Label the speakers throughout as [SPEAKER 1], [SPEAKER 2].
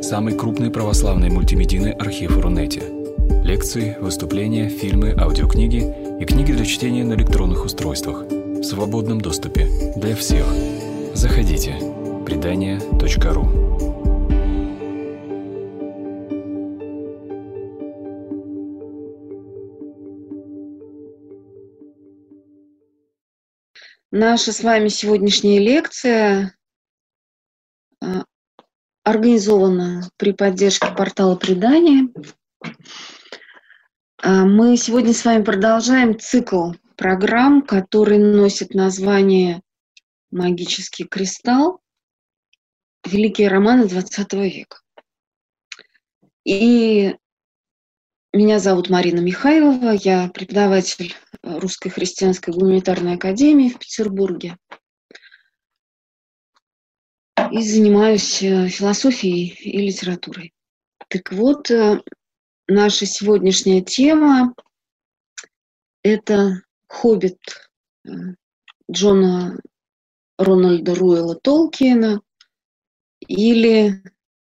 [SPEAKER 1] самый крупный православный мультимедийный архив Рунете. Лекции, выступления, фильмы, аудиокниги и книги для чтения на электронных устройствах в свободном доступе для всех. Заходите. Предания.ру.
[SPEAKER 2] Наша с вами сегодняшняя лекция организована при поддержке портала «Предания». Мы сегодня с вами продолжаем цикл программ, который носит название «Магический кристалл. Великие романы XX века». И меня зовут Марина Михайлова, я преподаватель Русской христианской гуманитарной академии в Петербурге и занимаюсь философией и литературой. Так вот, наша сегодняшняя тема – это «Хоббит» Джона Рональда Руэлла Толкиена или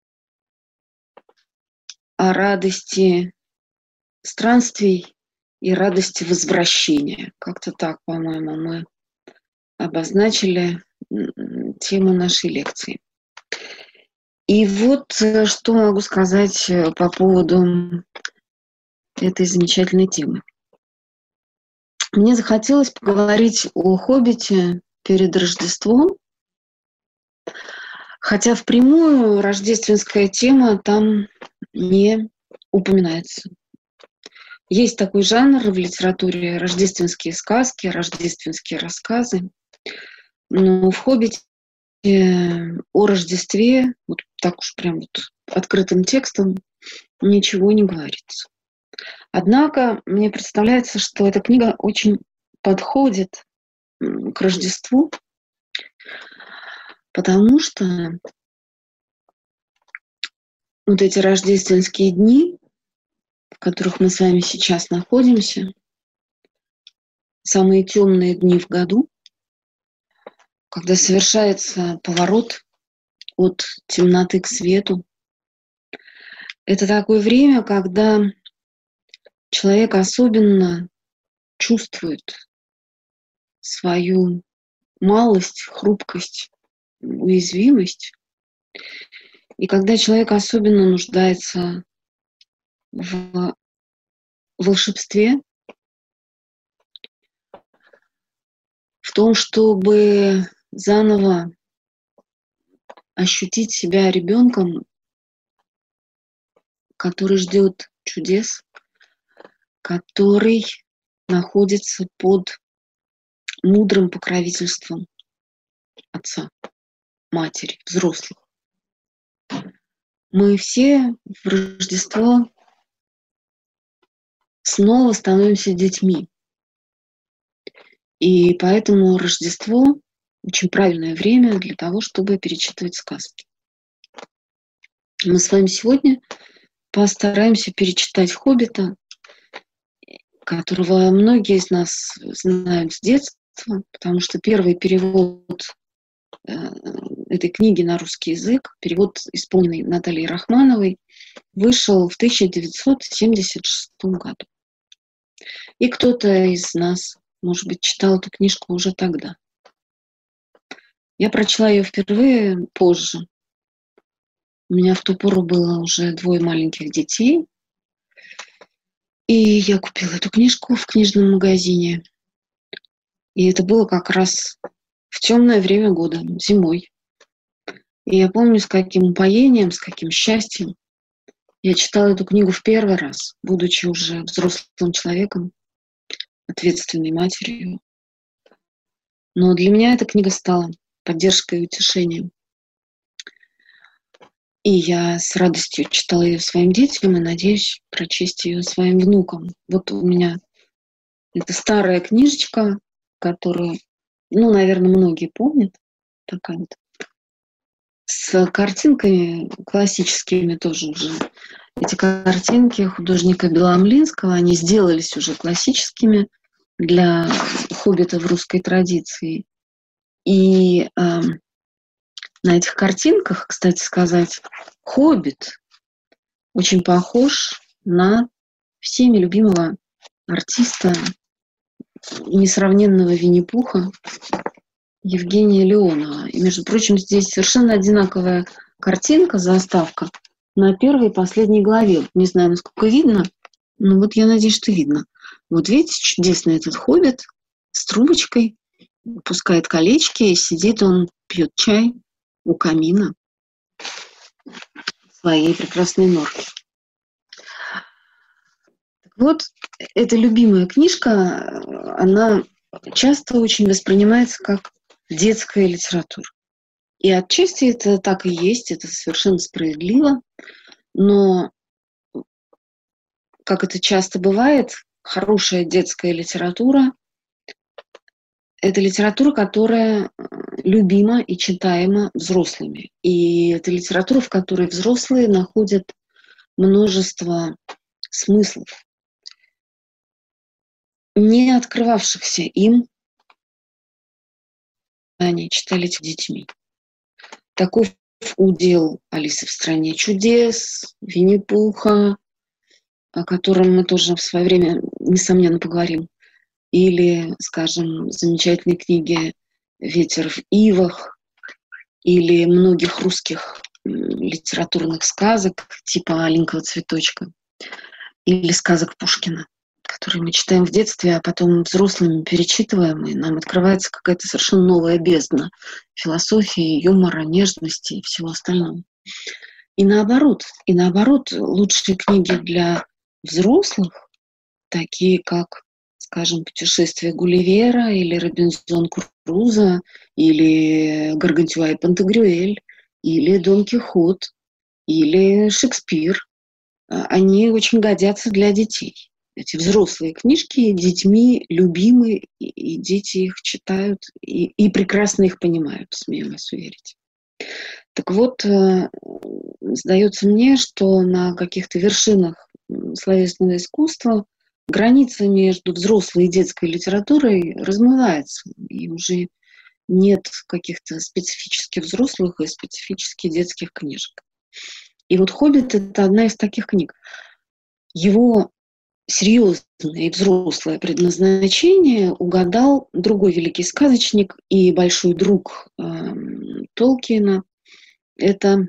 [SPEAKER 2] о радости странствий и радости возвращения. Как-то так, по-моему, мы обозначили тему нашей лекции. И вот что могу сказать по поводу этой замечательной темы. Мне захотелось поговорить о «Хоббите» перед Рождеством, хотя впрямую рождественская тема там не упоминается. Есть такой жанр в литературе — рождественские сказки, рождественские рассказы. Но в «Хоббите» о Рождестве, вот так уж прям вот открытым текстом, ничего не говорится. Однако мне представляется, что эта книга очень подходит к Рождеству, потому что вот эти рождественские дни, в которых мы с вами сейчас находимся, самые темные дни в году, когда совершается поворот от темноты к свету. Это такое время, когда человек особенно чувствует свою малость, хрупкость, уязвимость. И когда человек особенно нуждается в волшебстве, в том, чтобы заново ощутить себя ребенком, который ждет чудес, который находится под мудрым покровительством отца, матери, взрослых. Мы все в Рождество снова становимся детьми. И поэтому Рождество очень правильное время для того, чтобы перечитывать сказки. Мы с вами сегодня постараемся перечитать «Хоббита», которого многие из нас знают с детства, потому что первый перевод этой книги на русский язык, перевод, исполненный Натальей Рахмановой, вышел в 1976 году. И кто-то из нас, может быть, читал эту книжку уже тогда. Я прочла ее впервые позже. У меня в ту пору было уже 2 маленьких детей. И я купила эту книжку в книжном магазине. И это было как раз в темное время года, зимой. И я помню, с каким упоением, с каким счастьем я читала эту книгу в первый раз, будучи уже взрослым человеком, ответственной матерью. Но для меня эта книга стала поддержкой и утешением. И я с радостью читала ее своим детям и надеюсь прочесть ее своим внукам. Вот у меня это старая книжечка, которую, наверное, многие помнят. Такая вот. С картинками классическими тоже уже. Эти картинки художника Беломлинского, они сделались уже классическими для «Хоббита» в русской традиции. И На этих картинках, кстати сказать, «Хоббит» очень похож на всеми любимого артиста и несравненного Винни-Пуха Евгения Леонова. И, между прочим, здесь совершенно одинаковая картинка, заставка на первой и последней главе. Не знаю, насколько видно, но вот я надеюсь, что видно. Вот видите, чудесный этот хоббит с трубочкой, пускает колечки, и сидит он, пьет чай у камина в своей прекрасной норке. Вот эта любимая книжка, она часто очень воспринимается как детская литература. И отчасти это так и есть, это совершенно справедливо. Но, как это часто бывает, хорошая детская литература – это литература, которая любима и читаема взрослыми. И это литература, в которой взрослые находят множество смыслов, не открывавшихся им, они читали детьми. Таков удел Алисы в стране чудес, Винни-Пуха, о котором мы тоже в свое время, несомненно, поговорим. Или, скажем, замечательные книги «Ветер в ивах», или многих русских литературных сказок, типа «Аленького цветочка», или сказок Пушкина, которые мы читаем в детстве, а потом взрослыми перечитываем, и нам открывается какая-то совершенно новая бездна философии, юмора, нежности и всего остального. И наоборот, лучшие книги для взрослых, такие как, скажем, «Путешествие Гулливера» или «Робинзон Крузо», или «Гаргантюа и Пантагрюэль», или «Дон Кихот», или «Шекспир», они очень годятся для детей. Эти взрослые книжки детьми любимы, и дети их читают и прекрасно их понимают, смею вас уверить. Так вот, сдается мне, что на каких-то вершинах словесного искусства граница между взрослой и детской литературой размывается, и уже нет каких-то специфически взрослых и специфически детских книжек. И вот «Хоббит» — это одна из таких книг. Его серьезное и взрослое предназначение угадал другой великий сказочник и большой друг Толкиена. Это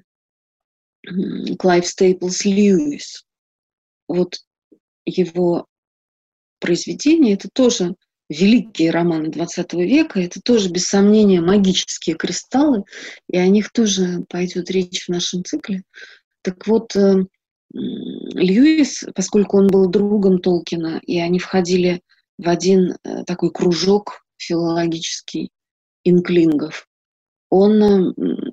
[SPEAKER 2] Клайв Стейплс Льюис. Вот его произведения — это тоже великие романы XX века, это тоже, без сомнения, магические кристаллы, и о них тоже пойдет речь в нашем цикле. Так вот, Льюис, поскольку он был другом Толкина, и они входили в один такой кружок филологический инклингов, он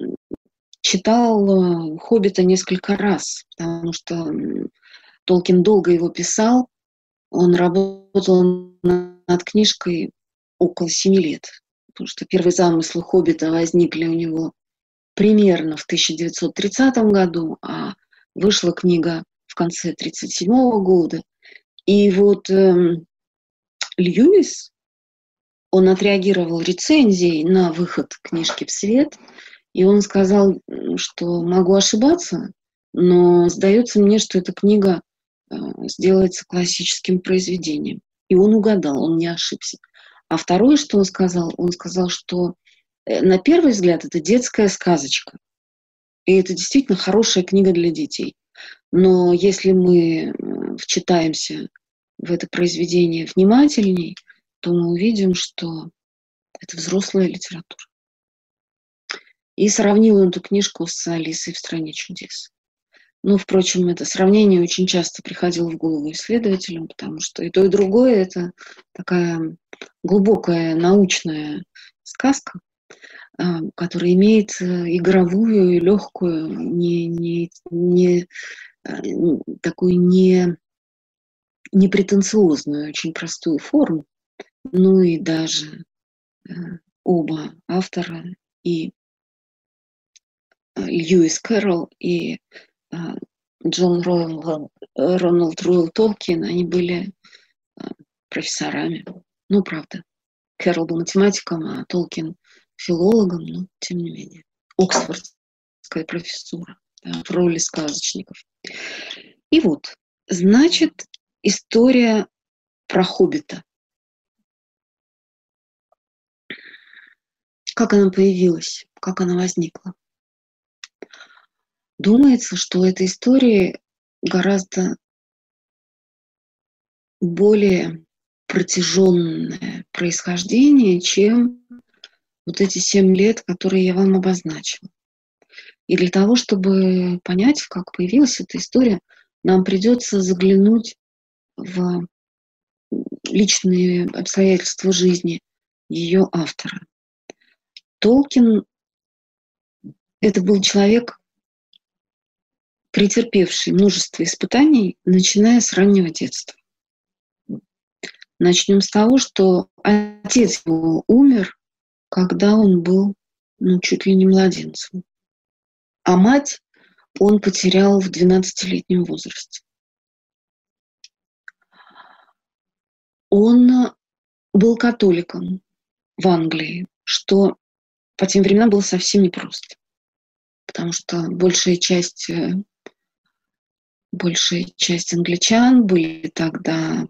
[SPEAKER 2] читал «Хоббита» несколько раз, потому что Толкин долго его писал, он работал над книжкой около 7 лет, потому что первые замыслы «Хоббита» возникли у него примерно в 1930 году, а вышла книга в конце 1937 года. И вот Льюис, он отреагировал рецензией на выход книжки в свет, и он сказал, что могу ошибаться, но сдается мне, что эта книга сделается классическим произведением. И он угадал, он не ошибся. А второе, что он сказал, что на первый взгляд это детская сказочка. И это действительно хорошая книга для детей. Но если мы вчитаемся в это произведение внимательней, то мы увидим, что это взрослая литература. И сравнил он эту книжку с «Алисой в стране чудес». Ну, впрочем, это сравнение очень часто приходило в голову исследователям, потому что и то, и другое — это такая глубокая научная сказка, которая имеет игровую и легкую, такую не претенциозную, очень простую форму. Ну и даже оба автора, и Льюис Кэрролл, и Рональд Руэлл Толкин, они были профессорами. Ну, правда. Кэрролл был математиком, а Толкин филологом, но тем не менее. Оксфордская профессура, да, в роли сказочников. И вот, значит, история про хоббита. Как она появилась, как она возникла? Думается, что у этой истории гораздо более протяженное происхождение, чем вот эти 7 лет, которые я вам обозначила. И для того, чтобы понять, как появилась эта история, нам придется заглянуть в личные обстоятельства жизни ее автора. Толкин — это был человек, претерпевший множество испытаний, начиная с раннего детства. Начнем с того, что отец его умер, когда он был, чуть ли не младенцем. А мать он потерял в 12-летнем возрасте. Он был католиком в Англии, что по тем временам было совсем непросто, потому что большая часть англичан были тогда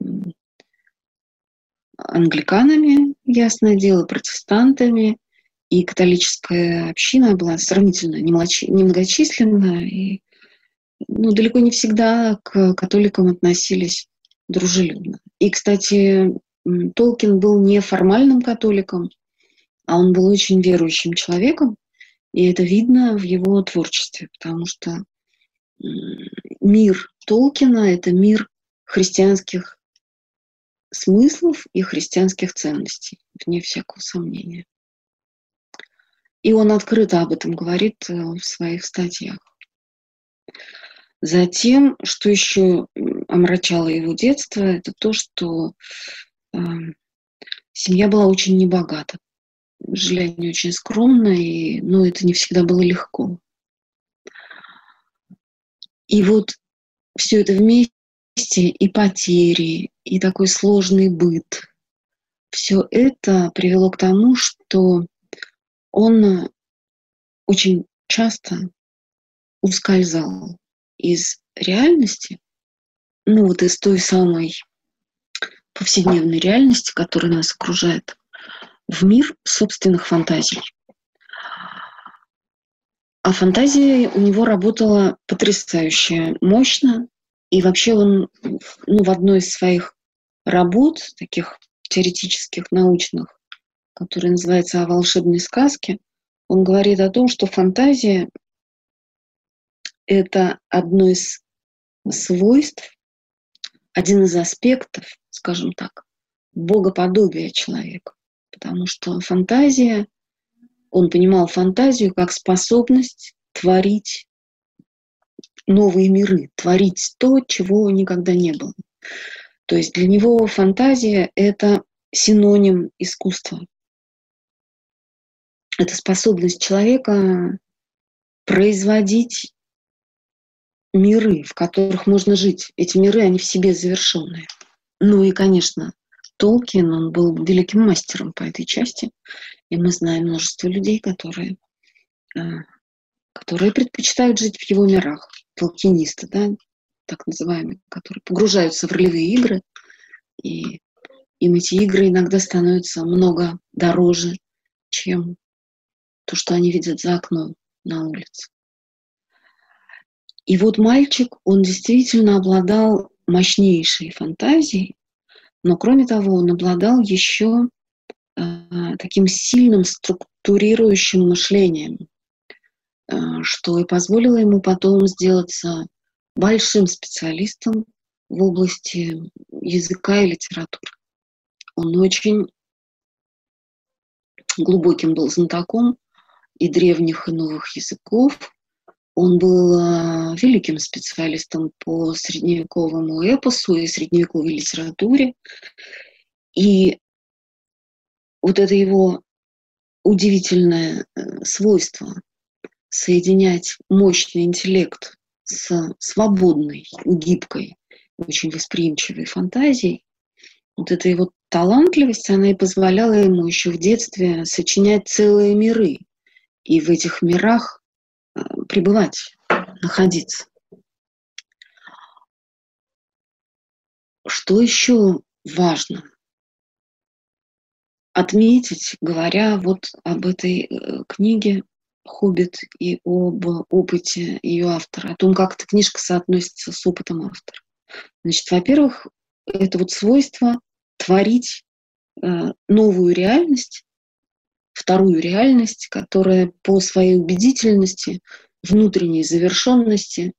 [SPEAKER 2] англиканами, ясное дело, протестантами, и католическая община была сравнительно немногочисленная, и далеко не всегда к католикам относились дружелюбно. И, кстати, Толкин был не формальным католиком, а он был очень верующим человеком, и это видно в его творчестве, потому что мир Толкина — это мир христианских смыслов и христианских ценностей, вне всякого сомнения. И он открыто об этом говорит в своих статьях. Затем, что еще омрачало его детство, это то, что семья была очень небогата. Жили они очень скромно, но это не всегда было легко. И вот все это вместе, и потери, и такой сложный быт, все это привело к тому, что он очень часто ускользал из реальности, из той самой повседневной реальности, которая нас окружает, в мир собственных фантазий. А фантазия у него работала потрясающе мощно, и вообще он в одной из своих работ, таких теоретических, научных, которая называется «О волшебной сказке», он говорит о том, что фантазия — это одно из свойств, один из аспектов, скажем так, богоподобия человека. Потому что фантазия, он понимал фантазию как способность творить новые миры, творить то, чего никогда не было. То есть для него фантазия — это синоним искусства. Это способность человека производить миры, в которых можно жить. Эти миры, они в себе завершенные. И, конечно, Толкин, он был великим мастером по этой части. И мы знаем множество людей, которые предпочитают жить в его мирах. Толкинисты, да, так называемые, которые погружаются в ролевые игры. И им эти игры иногда становятся много дороже, чем то, что они видят за окном на улице. И вот мальчик, он действительно обладал мощнейшей фантазией, но кроме того, он обладал еще таким сильным структурирующим мышлением, что и позволило ему потом сделаться большим специалистом в области языка и литературы. Он очень глубоким был знатоком и древних, и новых языков. Он был великим специалистом по средневековому эпосу и средневековой литературе. И вот это его удивительное свойство соединять мощный интеллект с свободной, гибкой, очень восприимчивой фантазией, вот эта его талантливость, она и позволяла ему еще в детстве сочинять целые миры и в этих мирах пребывать, находиться. Что еще важно отметить, говоря вот об этой книге «Хоббит» и об опыте ее автора, о том, как эта книжка соотносится с опытом автора. Значит, во-первых, это вот свойство творить новую реальность, вторую реальность, которая по своей убедительности, внутренней завершенности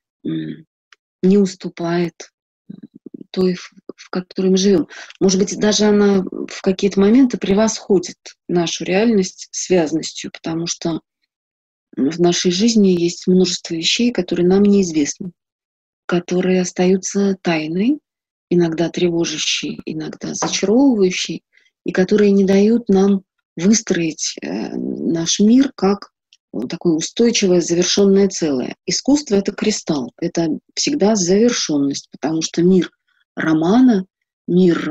[SPEAKER 2] не уступает той, в которой мы живем. Может быть, даже она в какие-то моменты превосходит нашу реальность связностью, потому что в нашей жизни есть множество вещей, которые нам неизвестны, которые остаются тайной, иногда тревожащей, иногда зачаровывающей, и которые не дают нам выстроить наш мир как такое устойчивое, завершенное целое. Искусство — это кристалл, это всегда завершенность, потому что мир романа, мир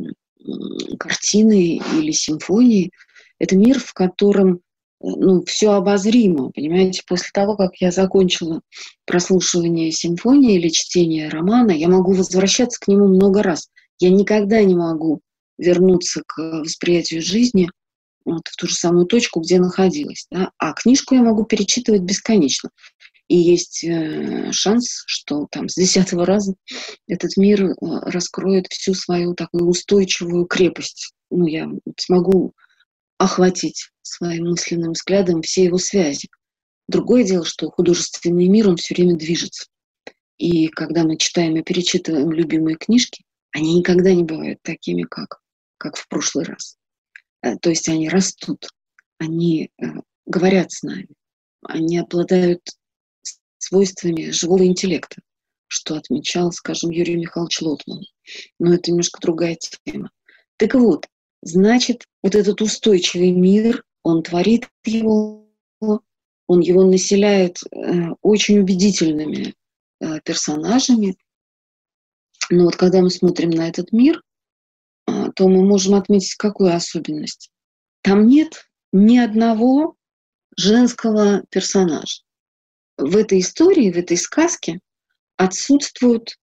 [SPEAKER 2] картины или симфонии — это мир, в котором все обозримо. Понимаете, после того, как я закончила прослушивание симфонии или чтение романа, я могу возвращаться к нему много раз. Я никогда не могу вернуться к восприятию жизни в ту же самую точку, где находилась. Да? А книжку я могу перечитывать бесконечно. И есть шанс, что там с 10-го раза этот мир раскроет всю свою такую устойчивую крепость. Я смогу охватить своим мысленным взглядом все его связи. Другое дело, что художественный мир, он все время движется. И когда мы читаем и перечитываем любимые книжки, они никогда не бывают такими, как в прошлый раз. То есть они растут, они говорят с нами, они обладают свойствами живого интеллекта, что отмечал, скажем, Юрий Михайлович Лотман. Но это немножко другая тема. Так вот, значит, вот этот устойчивый мир, он творит его, он его населяет очень убедительными персонажами. Но вот когда мы смотрим на этот мир, то мы можем отметить какую особенность. Там нет ни одного женского персонажа. В этой истории, в этой сказке отсутствуют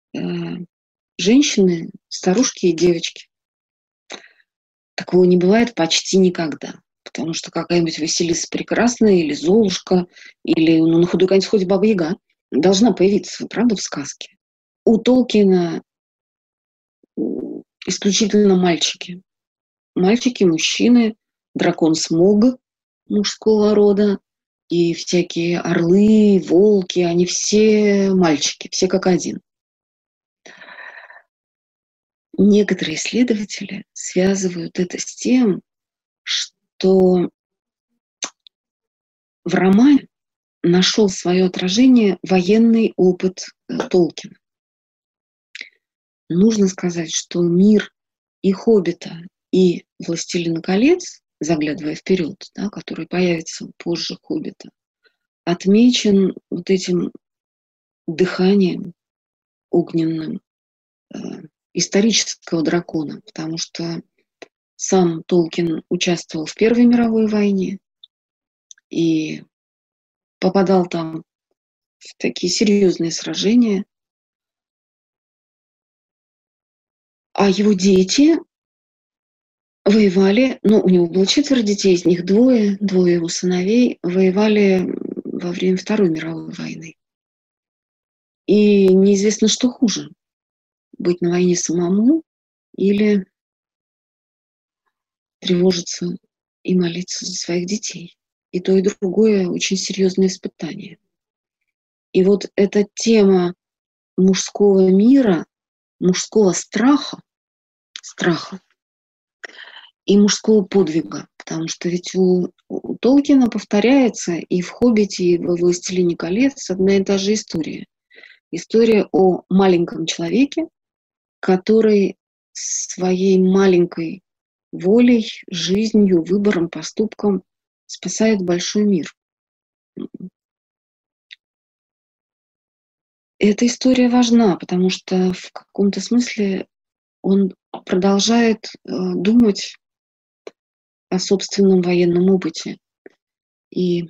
[SPEAKER 2] женщины, старушки и девочки. Такого не бывает почти никогда. Потому что какая-нибудь Василиса Прекрасная или Золушка, или, на худой конец, хоть Баба Яга должна появиться, правда, в сказке. У Толкина исключительно мальчики. Мальчики, мужчины, дракон Смог мужского рода, и всякие орлы, волки, они все мальчики, все как один. Некоторые исследователи связывают это с тем, что в романе нашел свое отражение военный опыт Толкина. Нужно сказать, что мир и «Хоббита», и «Властелина колец», заглядывая вперед, да, который появится позже «Хоббита», отмечен вот этим дыханием огненным исторического дракона, потому что сам Толкин участвовал в Первой мировой войне и попадал там в такие серьезные сражения. А его дети воевали, у него было 4 детей, из них двое его сыновей воевали во время Второй мировой войны. И неизвестно, что хуже — быть на войне самому или тревожиться и молиться за своих детей. И то, и другое очень серьезное испытание. И вот эта тема мужского мира, мужского страха и мужского подвига, потому что ведь у Толкина повторяется и в «Хоббите», и во «Властелине колец» одна и та же история. История о маленьком человеке, который своей маленькой волей, жизнью, выбором, поступком спасает большой мир. Эта история важна, потому что в каком-то смысле он продолжает думать о собственном военном опыте. И,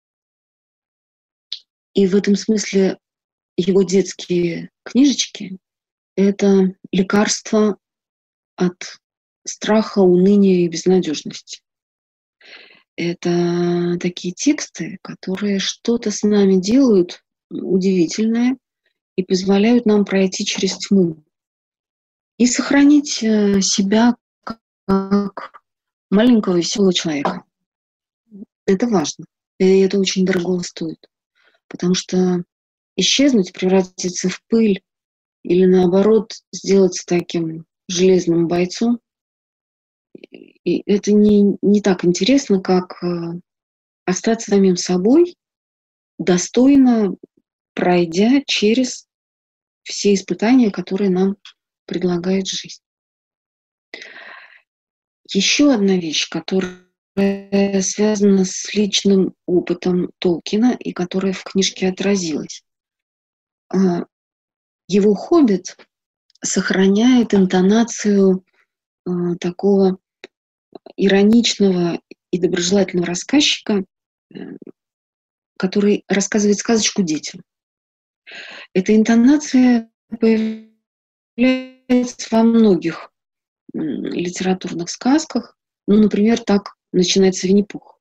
[SPEAKER 2] и в этом смысле его детские книжечки — это лекарство от страха, уныния и безнадежности. Это такие тексты, которые что-то с нами делают удивительное и позволяют нам пройти через тьму и сохранить себя как маленького веселого человека. Это важно, и это очень дорого стоит, потому что исчезнуть, превратиться в пыль или наоборот сделаться таким железным бойцом, и это не так интересно, как остаться самим собой, достойно пройдя через все испытания, которые нам предлагает жизнь. Еще одна вещь, которая связана с личным опытом Толкина и которая в книжке отразилась. Его «Хоббит» сохраняет интонацию такого ироничного и доброжелательного рассказчика, который рассказывает сказочку детям. Эта интонация появляется во многих литературных сказках. Ну, например, так начинается Винни-Пух.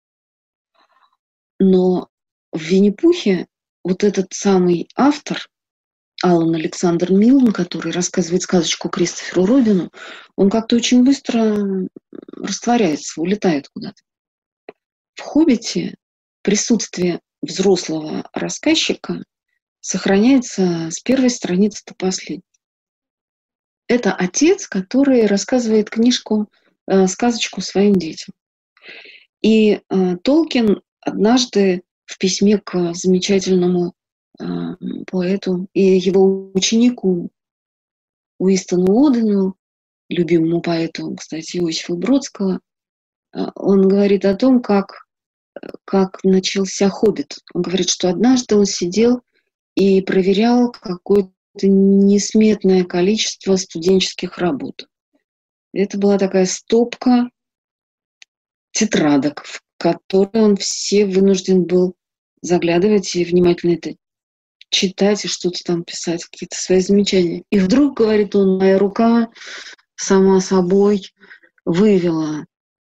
[SPEAKER 2] Но в Винни-Пухе вот этот самый автор, Алан Александр Милн, который рассказывает сказочку Кристоферу Робину, он как-то очень быстро растворяется, улетает куда-то. В «Хоббите» присутствие взрослого рассказчика сохраняется с первой страницы до последней. Это отец, который рассказывает сказочку своим детям. И Толкин однажды в письме к замечательному поэту и его ученику Уистону Одену, любимому поэту, кстати, Иосифа Бродского, он говорит о том, как начался «Хоббит». Он говорит, что однажды он сидел и проверял какое-то несметное количество студенческих работ. Это была такая стопка тетрадок, в которые он все вынужден был заглядывать и внимательно это читать и что-то там писать, какие-то свои замечания. И вдруг, говорит он, моя рука сама собой вывела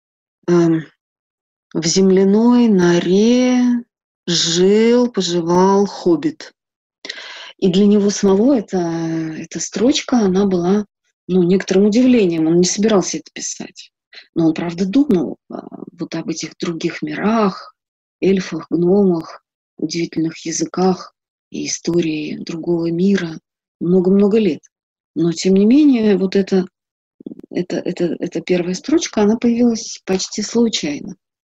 [SPEAKER 2] в земляной норе поживал хоббит. И для него самого эта строчка, она была некоторым удивлением. Он не собирался это писать. Но он, правда, думал вот об этих других мирах, эльфах, гномах, удивительных языках и истории другого мира много-много лет. Но, тем не менее, вот эта первая строчка, она появилась почти случайно.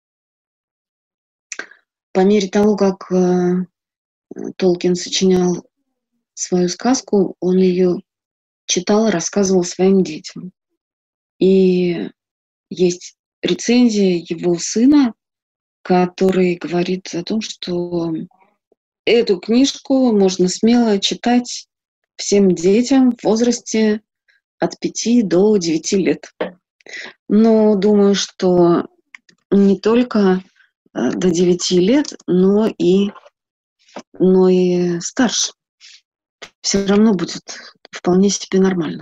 [SPEAKER 2] По мере того, как Толкин сочинял свою сказку, он ее читал и рассказывал своим детям. И есть рецензия его сына, который говорит о том, что эту книжку можно смело читать всем детям в возрасте от 5 до 9 лет. Но думаю, что не только до 9 лет, но и старше. Все равно будет вполне себе нормально.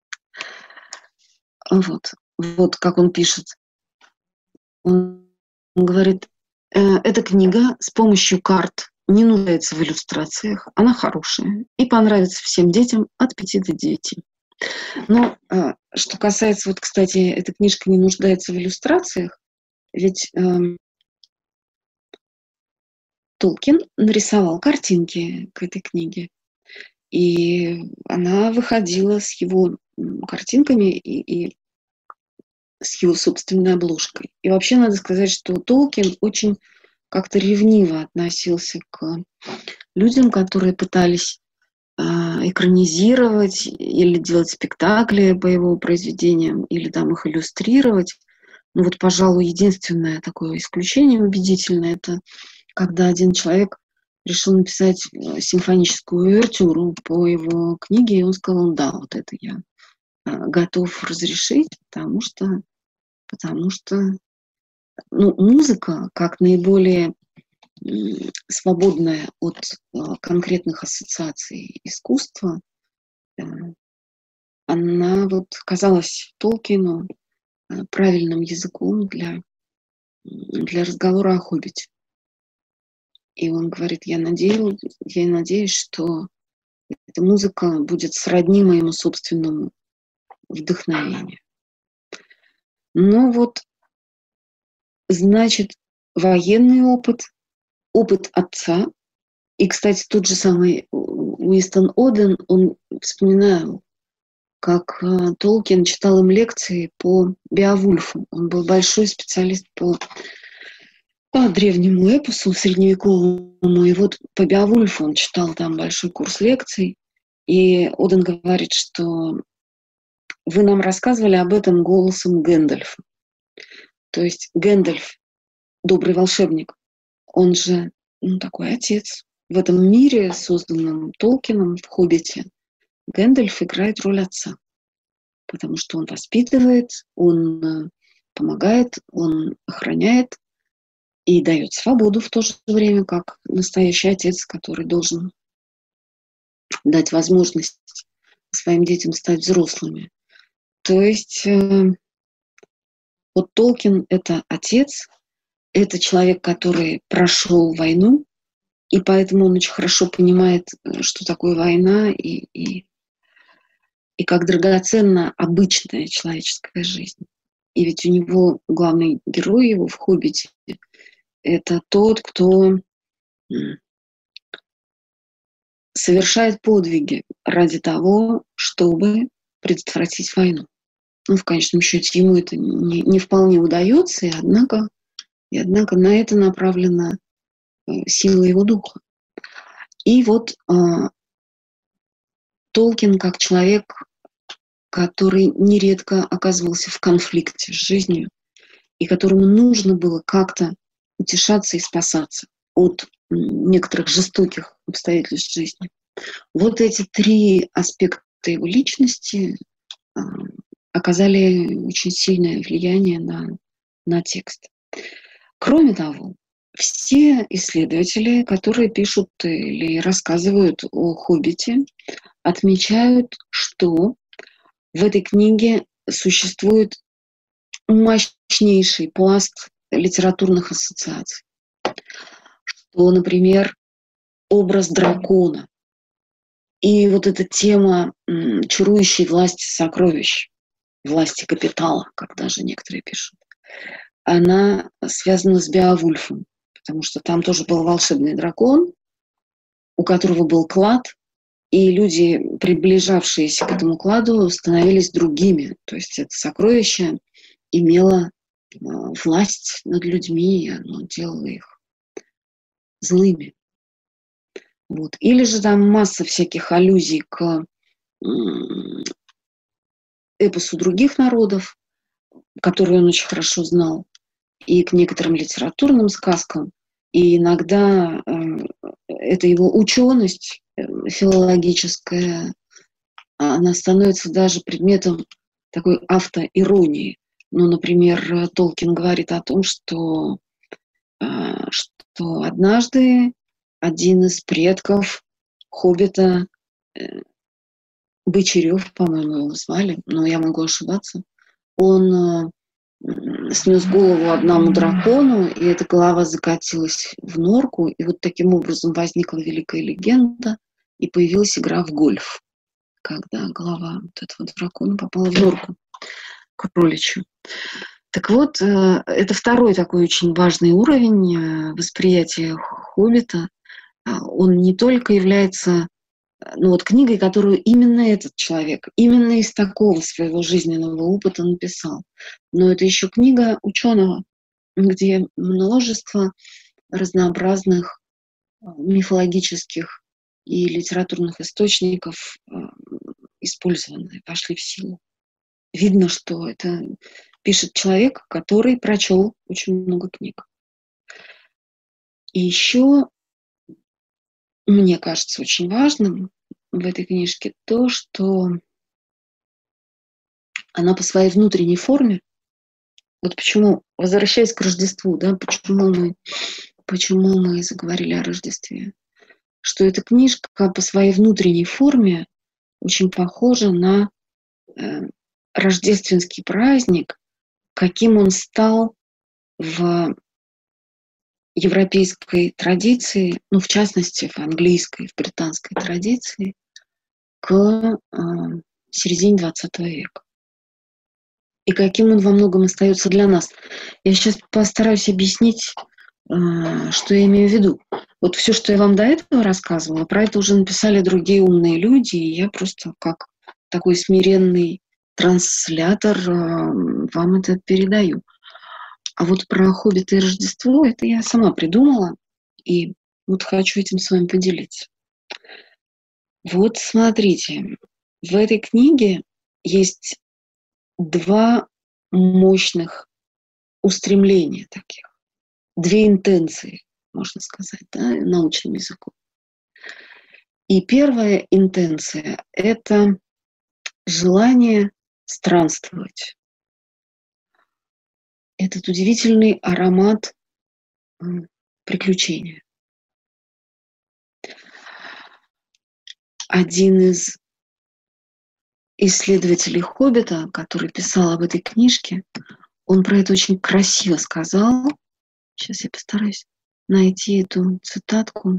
[SPEAKER 2] Вот как он пишет. Он говорит, эта книга с помощью карт не нуждается в иллюстрациях, она хорошая и понравится всем детям от 5 до 9. Но что касается, кстати, эта книжка не нуждается в иллюстрациях, ведь Толкин нарисовал картинки к этой книге. И она выходила с его картинками и с его собственной обложкой. И вообще надо сказать, что Толкин очень как-то ревниво относился к людям, которые пытались экранизировать или делать спектакли по его произведениям, или там их иллюстрировать. Ну вот, пожалуй, единственное такое исключение убедительное — это когда один человек решил написать симфоническую увертюру по его книге, и он сказал, да, вот это я готов разрешить, потому что музыка, как наиболее свободное от конкретных ассоциаций искусства, она вот казалась Толкину правильным языком для разговора о «Хоббите». И он говорит, я надеюсь, что эта музыка будет сродни моему собственному вдохновению. Ну вот, значит, военный опыт отца. И, кстати, тот же самый Уинстон Оден, он вспоминал, как Толкин читал им лекции по Беовульфу. Он был большой специалист по древнему эпосу средневековому. И вот по Беовульфу он читал там большой курс лекций. И Оден говорит, что вы нам рассказывали об этом голосом Гэндальфа. То есть Гэндальф, добрый волшебник, он же такой отец. В этом мире, созданном Толкином в «Хоббите», Гэндальф играет роль отца, потому что он воспитывает, он помогает, он охраняет и дает свободу в то же время, как настоящий отец, который должен дать возможность своим детям стать взрослыми. То есть вот Толкин — это отец, это человек, который прошел войну, и поэтому он очень хорошо понимает, что такое война и как драгоценна обычная человеческая жизнь. И ведь у него главный герой его в «Хоббите» — это тот, кто совершает подвиги ради того, чтобы предотвратить войну. В конечном счете ему это не вполне удается, и однако на это направлена сила его духа. И вот Толкин, как человек, который нередко оказывался в конфликте с жизнью, и которому нужно было как-то утешаться и спасаться от некоторых жестоких обстоятельств жизни. Вот эти три аспекта его личности оказали очень сильное влияние на текст. Кроме того, все исследователи, которые пишут или рассказывают о «Хоббите», отмечают, что в этой книге существует мощнейший пласт литературных ассоциаций. Что, например, образ дракона и вот эта тема чарующей власти сокровищ, власти капитала, как даже некоторые пишут, она связана с Беовульфом, потому что там тоже был волшебный дракон, у которого был клад, и люди, приближавшиеся к этому кладу, становились другими. То есть это сокровище имело власть над людьми, и оно делало их злыми. Вот. Или же там масса всяких аллюзий к эпосу других народов, которые он очень хорошо знал, и к некоторым литературным сказкам. И иногда это его ученость филологическая, она становится даже предметом такой автоиронии. Ну, например, Толкин говорит о том, что однажды один из предков Хоббита, Бочарев, по-моему, его звали, но я могу ошибаться, он снес голову одному дракону, и эта голова закатилась в норку, и вот таким образом возникла великая легенда, и появилась игра в гольф, когда голова вот этого дракона попала в норку кроличью. Так вот, это второй такой очень важный уровень восприятия «Хоббита». Он не только является книгой, которую именно этот человек, именно из такого своего жизненного опыта написал. Но это еще книга ученого, где множество разнообразных мифологических и литературных источников использованы, вошли в силу. Видно, что это пишет человек, который прочел очень много книг. И еще мне кажется очень важным в этой книжке то, что она по своей внутренней форме Вот почему, возвращаясь к Рождеству, да, почему мы заговорили о Рождестве? Что эта книжка по своей внутренней форме очень похожа на рождественский праздник, каким он стал в европейской традиции, ну, в частности, в английской, в британской традиции, к середине XX века. И каким он во многом остается для нас. Я сейчас постараюсь объяснить, что я имею в виду. Вот все, что я вам до этого рассказывала, про это уже написали другие умные люди, и я просто как такой смиренный транслятор вам это передаю. А вот про «Хоббита» и Рождество это я сама придумала, и вот хочу этим с вами поделиться. Вот смотрите, в этой книге есть два мощных устремления таких, две интенции, можно сказать, да, научным языком. И первая интенция – это желание странствовать. Этот удивительный аромат приключения. Один из исследователей «Хоббита», который писал об этой книжке, он про это очень красиво сказал. Сейчас я постараюсь найти эту цитатку.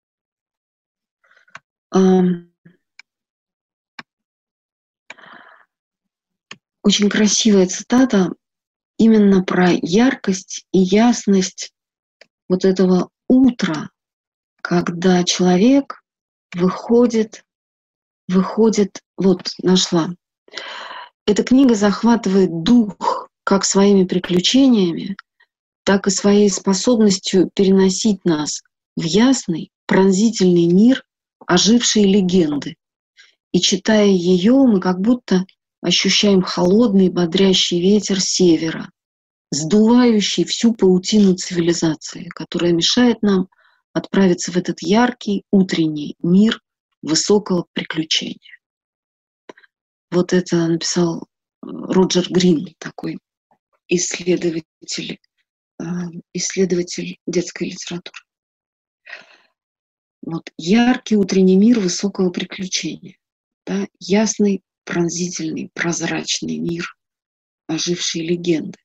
[SPEAKER 2] Очень красивая цитата именно про яркость и ясность вот этого утра, когда человек выходит, вот, нашла. Эта книга захватывает дух как своими приключениями, так и своей способностью переносить нас в ясный, пронзительный мир ожившей легенды. И читая ее, мы как будто ощущаем холодный, бодрящий ветер севера, сдувающий всю паутину цивилизации, которая мешает нам отправиться в этот яркий утренний мир высокого приключения. Вот это написал Роджер Грин, такой исследователь детской литературы. Вот яркий утренний мир высокого приключения, да, ясный, пронзительный, прозрачный мир ожившей легенды.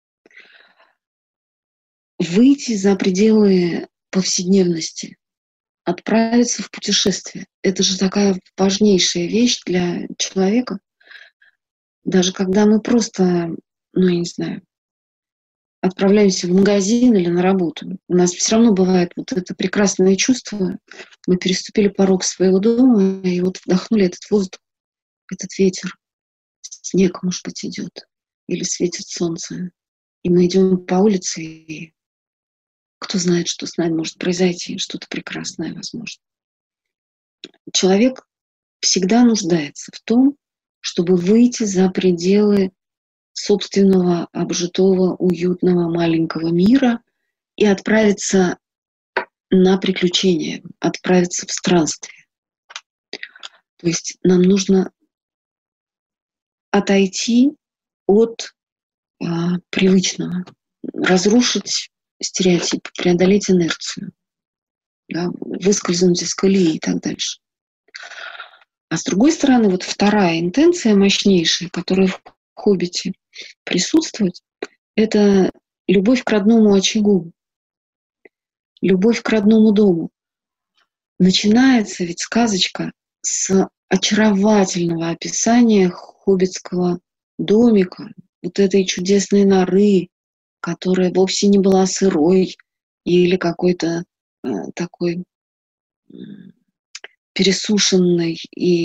[SPEAKER 2] Выйти за пределы повседневности, отправиться в путешествие. Это же такая важнейшая вещь для человека. Даже когда мы просто, ну, я не знаю, отправляемся в магазин или на работу, у нас все равно бывает вот это прекрасное чувство. Мы переступили порог своего дома и вот вдохнули этот воздух, этот ветер. Снег, может быть, идет. Или светит солнце. И мы идем по улице, и кто знает, что с нами может произойти, что-то прекрасное, возможно. Человек всегда нуждается в том, чтобы выйти за пределы собственного обжитого, уютного, маленького мира и отправиться на приключения, отправиться в странствие. То есть нам нужно отойти от привычного, разрушить стереотипы, преодолеть инерцию, да, выскользнуть из колеи и так дальше. А с другой стороны, вот вторая интенция мощнейшая, которая в «Хоббите» присутствует, это любовь к родному очагу, любовь к родному дому. Начинается ведь сказочка с очаровательного описания хоббитского домика, вот этой чудесной норы, которая вовсе не была сырой или какой-то такой пересушенной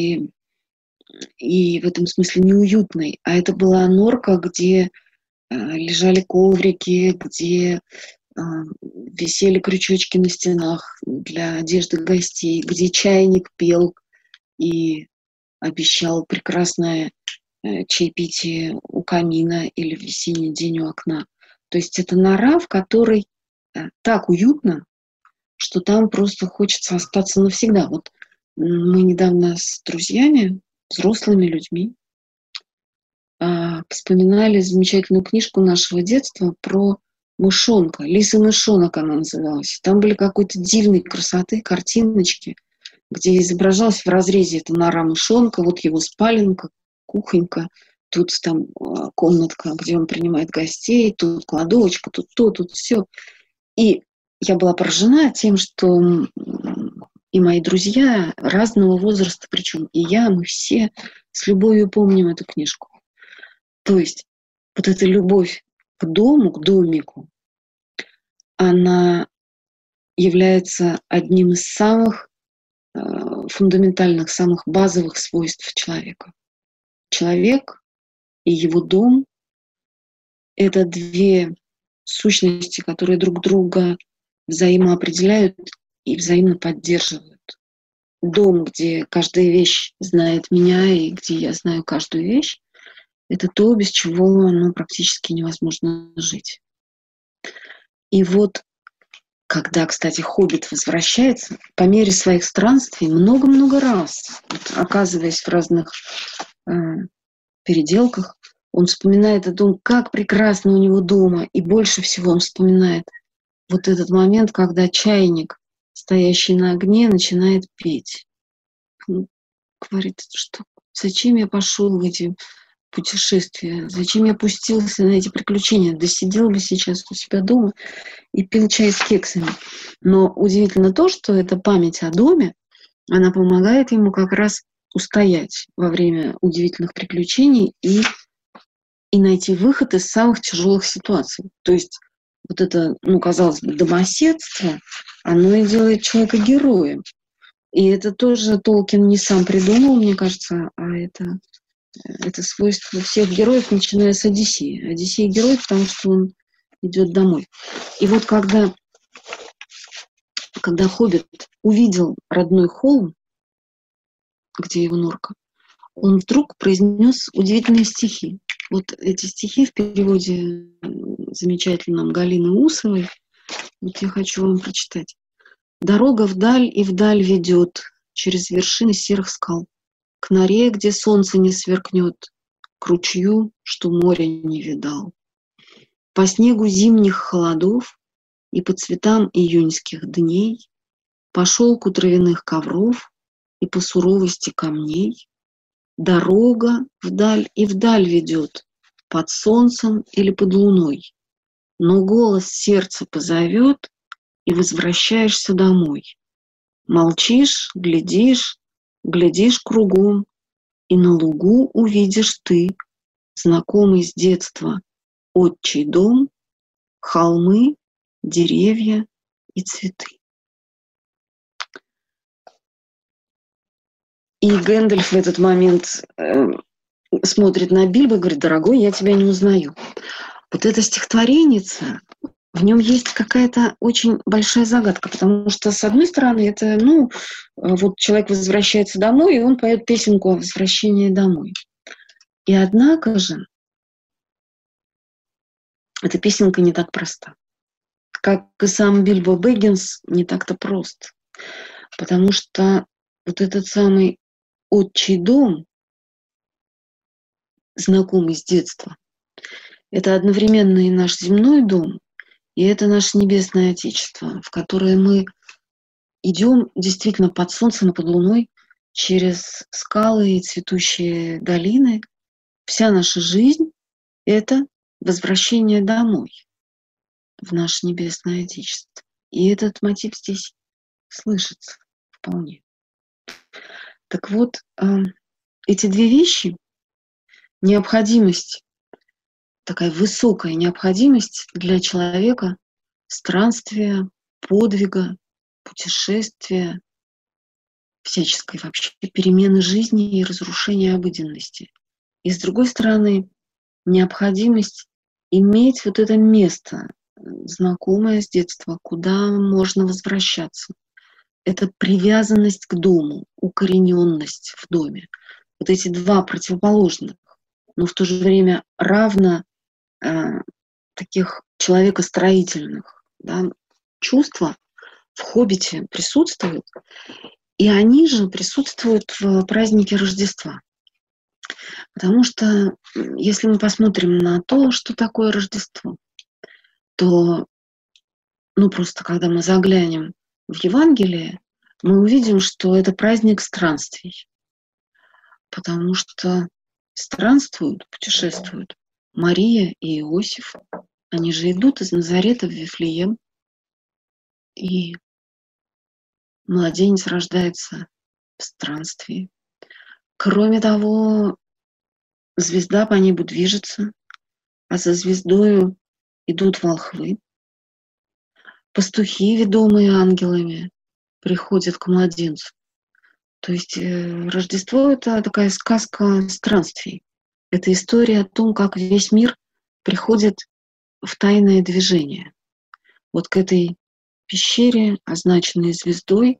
[SPEAKER 2] и в этом смысле неуютной. А это была норка, где лежали коврики, где висели крючочки на стенах для одежды гостей, где чайник пел и обещал прекрасное чаепитие у камина или в весенний день у окна. То есть это нора, в которой так уютно, что там просто хочется остаться навсегда. Вот мы недавно с друзьями, взрослыми людьми, вспоминали замечательную книжку нашего детства про мышонка. «Лис и мышонок» она называлась. Там были какой-то дивной красоты картиночки, где изображалась в разрезе эта нора мышонка, вот его спаленка, кухонька, тут там комнатка, где он принимает гостей, тут кладовочка, тут то, тут все. И я была поражена тем, что и мои друзья разного возраста, причем и я, мы все с любовью помним эту книжку. То есть вот эта любовь к дому, к домику, она является одним из самых фундаментальных, самых базовых свойств человека. Человек и его дом — это две сущности, которые друг друга взаимоопределяют и взаимно поддерживают. Дом, где каждая вещь знает меня и где я знаю каждую вещь, это то, без чего практически невозможно жить. И вот, когда, кстати, Хоббит возвращается, по мере своих странствий много-много раз, оказываясь в разных переделках, он вспоминает о том, как прекрасно у него дома, и больше всего он вспоминает вот этот момент, когда чайник, стоящий на огне, начинает петь. Он говорит, что зачем я пошел в эти путешествия, зачем я пустился на эти приключения, да сидел бы сейчас у себя дома и пил чай с кексами. Но удивительно то, что эта память о доме, она помогает ему как раз устоять во время удивительных приключений и найти выход из самых тяжелых ситуаций. То есть вот это, казалось бы, домоседство, оно и делает человека героем. И это тоже Толкин не сам придумал, мне кажется, а это свойство всех героев, начиная с Одиссея. Одиссей герой, потому что он идет домой. И вот когда Хоббит увидел родной холм, где его норка, он вдруг произнес удивительные стихи. Вот эти стихи в переводе замечательном Галины Усовой, вот я хочу вам прочитать. «Дорога вдаль и вдаль ведет, через вершины серых скал, к норе, где солнце не сверкнет, к ручью, что моря не видал. По снегу зимних холодов и по цветам июньских дней, по шелку травяных ковров и по суровости камней, дорога вдаль и вдаль ведет, под солнцем или под луной, но голос сердца позовет, и возвращаешься домой. Молчишь, глядишь кругом, и на лугу увидишь ты, знакомый с детства, отчий дом, холмы, деревья и цветы». И Гэндальф в этот момент смотрит на Бильбо и говорит: «Дорогой, я тебя не узнаю». Вот это стихотвореница, в нем есть какая-то очень большая загадка, потому что, с одной стороны, это, вот человек возвращается домой, и он поет песенку о возвращении домой. И однако же эта песенка не так проста. Как и сам Бильбо Бэггинс, не так-то прост. Потому что вот этот самый отчий дом, знакомый с детства, это одновременно и наш земной дом, и это наше небесное Отечество, в которое мы идем действительно под солнцем и под луной, через скалы и цветущие долины. Вся наша жизнь — это возвращение домой, в наше небесное Отечество. И этот мотив здесь слышится вполне. Так вот, эти две вещи, необходимость, такая высокая необходимость для человека странствия, подвига, путешествия, всяческой вообще перемены жизни и разрушения обыденности. И с другой стороны, необходимость иметь вот это место, знакомое с детства, куда можно возвращаться. Это привязанность к дому, укорененность в доме. Вот эти два противоположных, но в то же время равно таких человекостроительных чувства в «Хоббите» присутствуют, и они же присутствуют в празднике Рождества. Потому что если мы посмотрим на то, что такое Рождество, то, просто когда мы заглянем в Евангелие, мы увидим, что это праздник странствий. Потому что странствуют, путешествуют Мария и Иосиф. Они же идут из Назарета в Вифлеем. И младенец рождается в странствии. Кроме того, звезда по небу движется, а за звездою идут волхвы. Пастухи, ведомые ангелами, приходят к младенцу. То есть Рождество — это такая сказка странствий. Это история о том, как весь мир приходит в тайное движение. Вот к этой пещере, означенной звездой,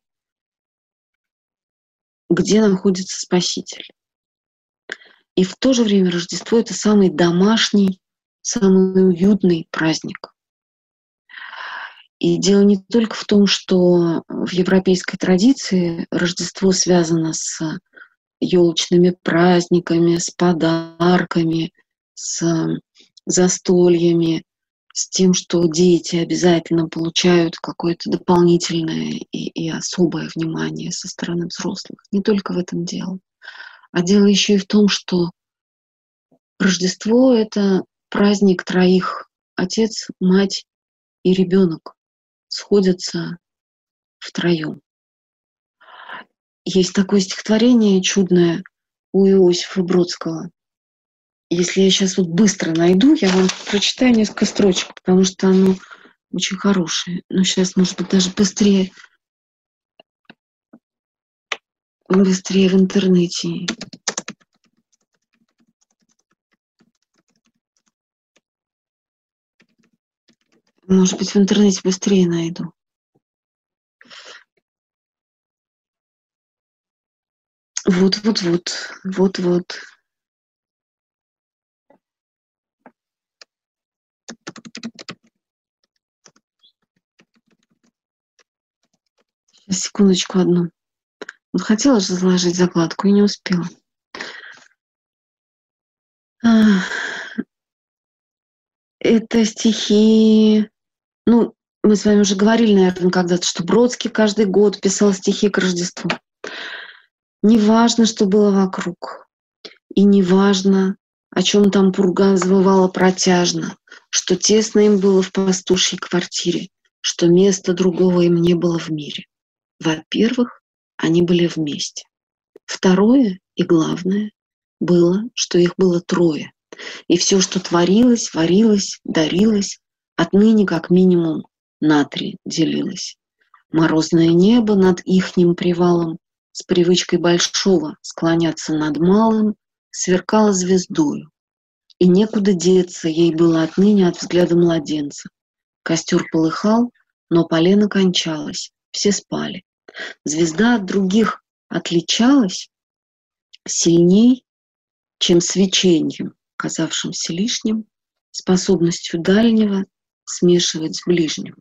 [SPEAKER 2] где находится Спаситель. И в то же время Рождество — это самый домашний, самый уютный праздник. И дело не только в том, что в европейской традиции Рождество связано с елочными праздниками, с подарками, с застольями, с тем, что дети обязательно получают какое-то дополнительное и особое внимание со стороны взрослых. Не только в этом дело. А дело еще и в том, что Рождество — это праздник троих. Отец, мать и ребенок сходятся втроем. Есть такое стихотворение чудное у Иосифа Бродского. Если я сейчас быстро найду, я вам прочитаю несколько строчек, потому что оно очень хорошее. Но сейчас, может быть, даже быстрее в интернете. Может быть, в интернете быстрее найду. Вот. Сейчас, секундочку одну. Хотела же заложить закладку и не успела. Это стихи... мы с вами уже говорили, наверное, когда-то, что Бродский каждый год писал стихи к Рождеству. Неважно, что было вокруг, и неважно, о чем там пурга взвывала протяжно, что тесно им было в пастушьей квартире, что места другого им не было в мире. Во-первых, они были вместе. Второе и главное было, что их было трое. И все, что творилось, варилось, дарилось, отныне как минимум на три делилось. Морозное небо над ихним привалом с привычкой большого склоняться над малым сверкало звездою. И некуда деться ей было отныне от взгляда младенца. Костер полыхал, но полено кончалось, все спали. Звезда от других отличалась сильней, чем свечением, казавшимся лишним, способностью дальнего смешивать с ближним.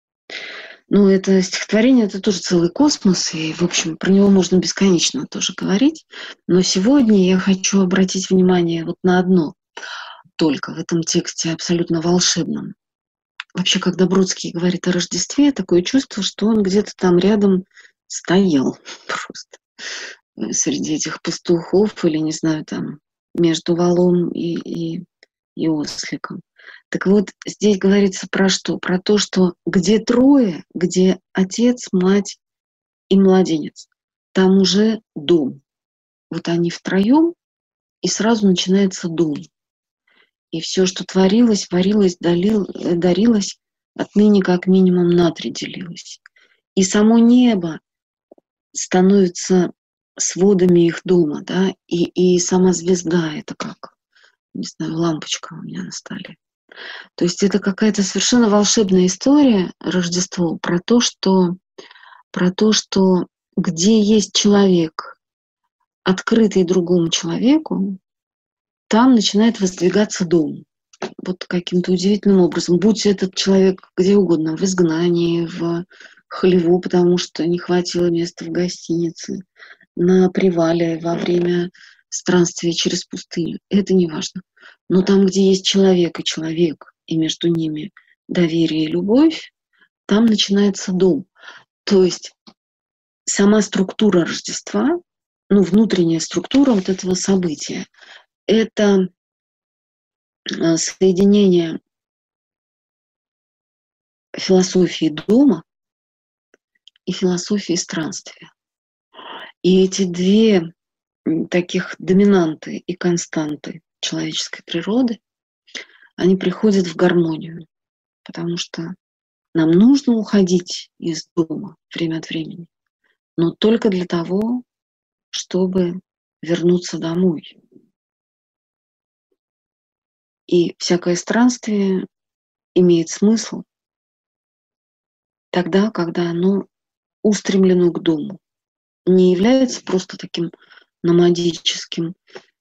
[SPEAKER 2] Это стихотворение — это тоже целый космос, и, в общем, про него можно бесконечно тоже говорить. Но сегодня я хочу обратить внимание на одно только в этом тексте абсолютно волшебном. Вообще, когда Бродский говорит о Рождестве, такое чувство, что он где-то там рядом стоял просто среди этих пастухов или, не знаю, там между валом и осликом. Так вот, здесь говорится про что? Про то, что где трое, где отец, мать и младенец, там уже дом. Они втроем, и сразу начинается дом. И все, что творилось, варилось, дарилось, отныне как минимум на три делилось. И само небо становится сводами их дома, да, и сама звезда — это как, не знаю, лампочка у меня на столе. То есть это какая-то совершенно волшебная история, Рождество, про то, что где есть человек, открытый другому человеку, там начинает воздвигаться дом. Каким-то удивительным образом. Будь этот человек где угодно, в изгнании, в хлеву, потому что не хватило места в гостинице, на привале во время странствие через пустыню, это не важно. Но там, где есть человек, и между ними доверие и любовь, там начинается дом. То есть сама структура Рождества, ну, внутренняя структура вот этого события, это соединение философии дома и философии странствия. И эти две таких доминанты и константы человеческой природы, они приходят в гармонию, потому что нам нужно уходить из дома время от времени, но только для того, чтобы вернуться домой. И всякое странствие имеет смысл тогда, когда оно устремлено к дому, не является просто таким номадическим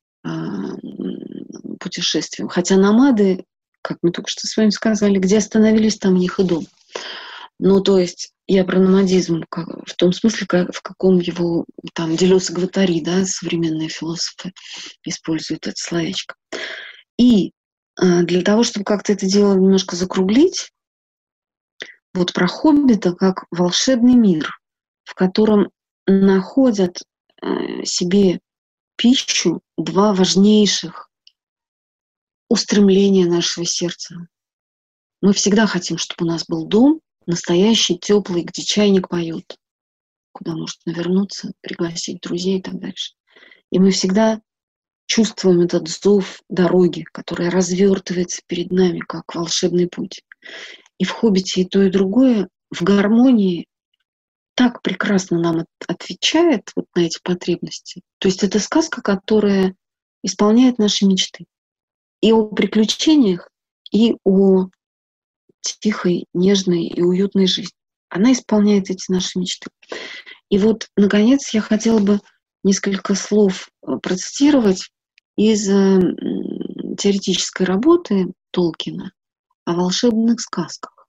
[SPEAKER 2] путешествием. Хотя намады, как мы только что с вами сказали, где остановились, там у них и дом. Ну, то есть я про номадизм в том смысле, в каком его там Делез и Гваттари, да, современные философы используют это словечко. И для того, чтобы как-то это дело немножко закруглить, вот про хоббита как волшебный мир, в котором находят себе пищу два важнейших устремления нашего сердца. Мы всегда хотим, чтобы у нас был дом, настоящий, теплый, где чайник поет, куда можно вернуться, пригласить друзей и так дальше. И мы всегда чувствуем этот зов дороги, которая развертывается перед нами, как волшебный путь. И в «Хоббите» и то, и другое в гармонии так прекрасно нам отвечает вот на эти потребности. То есть это сказка, которая исполняет наши мечты. И о приключениях, и о тихой, нежной и уютной жизни. Она исполняет эти наши мечты. И вот, наконец, я хотела бы несколько слов процитировать из теоретической работы Толкина о волшебных сказках,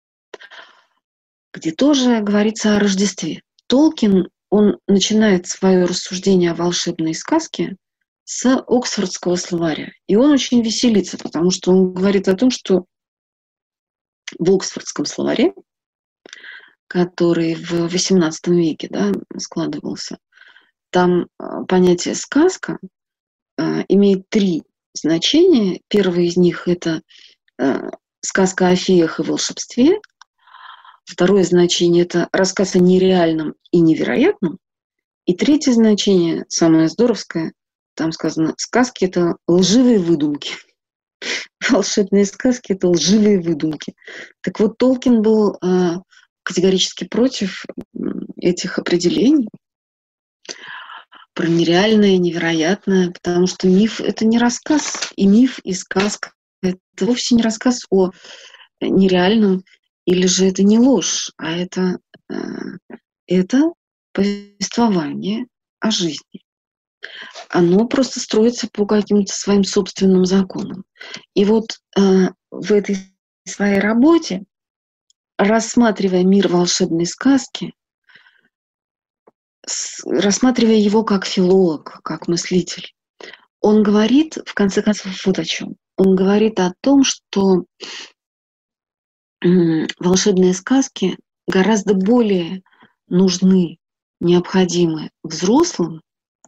[SPEAKER 2] где тоже говорится о Рождестве. Толкин, он начинает свое рассуждение о волшебной сказке с Оксфордского словаря. И он очень веселится, потому что он говорит о том, что в Оксфордском словаре, который в XVIII веке, да, складывался, там понятие «сказка» имеет три значения. Первое из них – это сказка о феях и волшебстве. Второе значение – это рассказ о нереальном и невероятном. И третье значение, самое здоровское, там сказано, сказки – это лживые выдумки. Волшебные сказки – это лживые выдумки. Так вот, Толкин был категорически против этих определений про нереальное, невероятное, потому что миф – это не рассказ, и миф, и сказка – это вовсе не рассказ о нереальном, или же это не ложь, а это повествование о жизни. Оно просто строится по каким-то своим собственным законам. И вот в этой своей работе, рассматривая мир волшебной сказки, рассматривая его как филолог, как мыслитель, он говорит, в конце концов, вот о чем. Он говорит о том, что волшебные сказки гораздо более нужны, необходимы взрослым,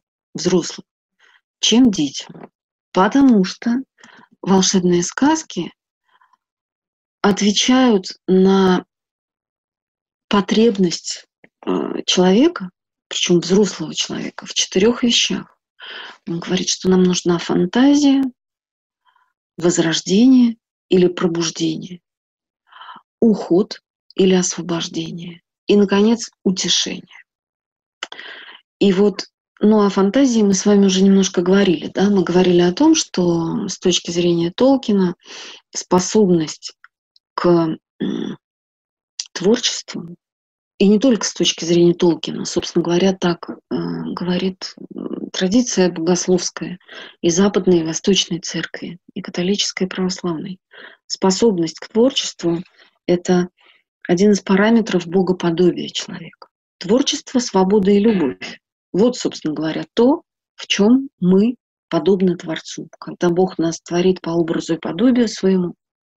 [SPEAKER 2] чем детям. Потому что волшебные сказки отвечают на потребность человека, причем взрослого человека, в 4 вещах. Он говорит, что нам нужна фантазия, возрождение или пробуждение, уход или освобождение и, наконец, утешение. И вот, ну, о фантазии мы с вами уже немножко говорили, да, мы говорили о том, что с точки зрения Толкина способность к творчеству, и не только с точки зрения Толкина, собственно говоря, так говорит традиция богословская и западной, и восточной церкви, и католической, и православной. Способность к творчеству – это один из параметров богоподобия человека. Творчество, свобода и любовь. Вот, собственно говоря, то, в чем мы подобны Творцу. Когда Бог нас творит по образу и подобию своему,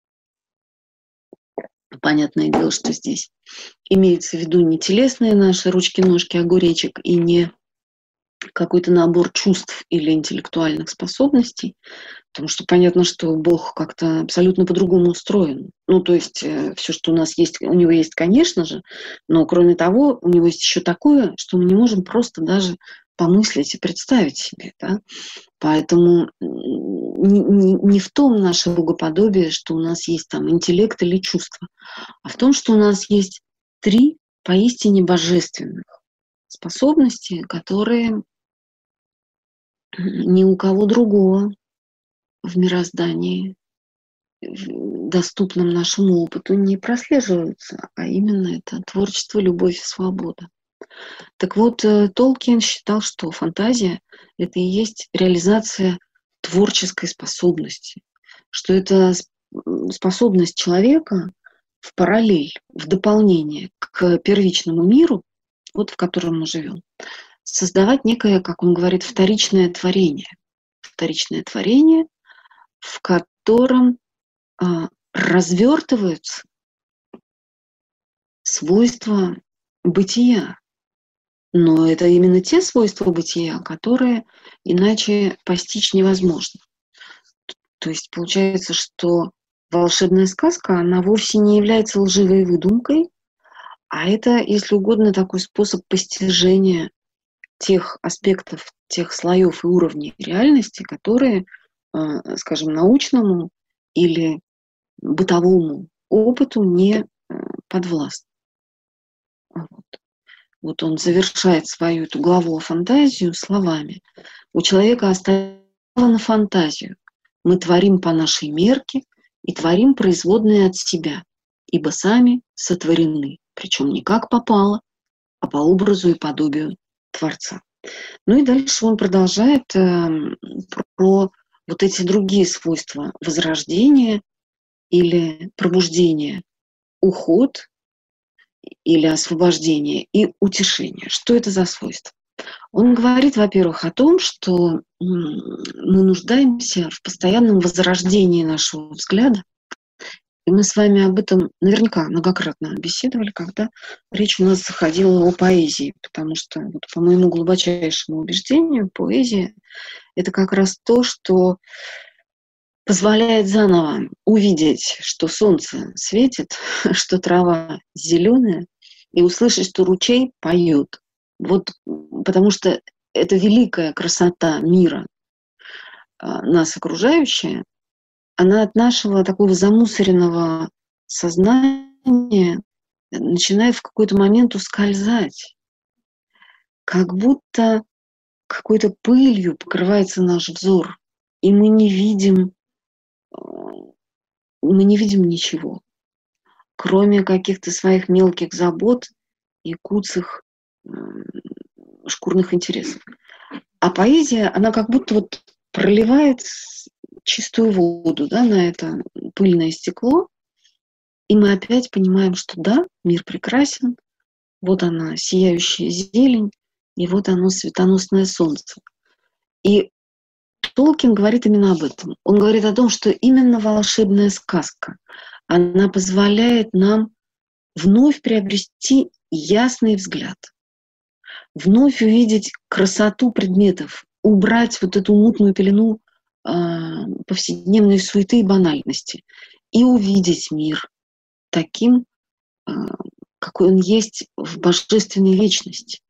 [SPEAKER 2] понятное дело, что здесь имеется в виду не телесные наши ручки-ножки, огуречек, и не какой-то набор чувств или интеллектуальных способностей, потому что понятно, что Бог как-то абсолютно по-другому устроен. Ну, то есть все, что у нас есть, у него есть, конечно же, но кроме того, у него есть еще такое, что мы не можем просто даже помыслить и представить себе. Да? Поэтому не в том наше богоподобие, что у нас есть там интеллект или чувство, а в том, что у нас есть 3 поистине божественных способности, которые ни у кого другого в мироздании, доступном нашему опыту, не прослеживаются, а именно это творчество, любовь и свобода. Так вот, Толкин считал, что фантазия — это и есть реализация творческой способности, что это способность человека в параллель, в дополнение к первичному миру, вот в котором мы живем, создавать некое, как он говорит, вторичное творение. Вторичное творение, в котором развертываются свойства бытия. Но это именно те свойства бытия, которые иначе постичь невозможно. То есть получается, что волшебная сказка, она вовсе не является лживой выдумкой, а это, если угодно, такой способ постижения тех аспектов, тех слоев и уровней реальности, которые, скажем, научному или бытовому опыту не подвластны. Вот он завершает свою эту главу о фантазию словами: «У человека оставлена фантазию. Мы творим по нашей мерке и творим производные от себя, ибо сами сотворены, причем не как попало, а по образу и подобию Творца». Ну и дальше он продолжает про вот эти другие свойства возрождения или пробуждения, уход или освобождение и утешение. Что это за свойства? Он говорит, во-первых, о том, что мы нуждаемся в постоянном возрождении нашего взгляда. И мы с вами об этом наверняка многократно беседовали, когда речь у нас заходила о поэзии, потому что, вот, по моему глубочайшему убеждению, поэзия — это как раз то, что позволяет заново увидеть, что солнце светит, что трава зеленая, и услышать, что ручей поет. Вот потому что это великая красота мира, нас окружающая, она от нашего такого замусоренного сознания начинает в какой-то момент ускользать. Как будто какой-то пылью покрывается наш взор, и мы не видим ничего, кроме каких-то своих мелких забот и куцых шкурных интересов. А поэзия, она как будто вот проливает чистую воду, да, на это пыльное стекло, и мы опять понимаем, что да, мир прекрасен, вот она, сияющая зелень, и вот оно, светоносное солнце. И Толкин говорит именно об этом. Он говорит о том, что именно волшебная сказка, она позволяет нам вновь приобрести ясный взгляд, вновь увидеть красоту предметов, убрать вот эту мутную пелену повседневной суеты и банальности и увидеть мир таким, какой он есть в божественной вечности.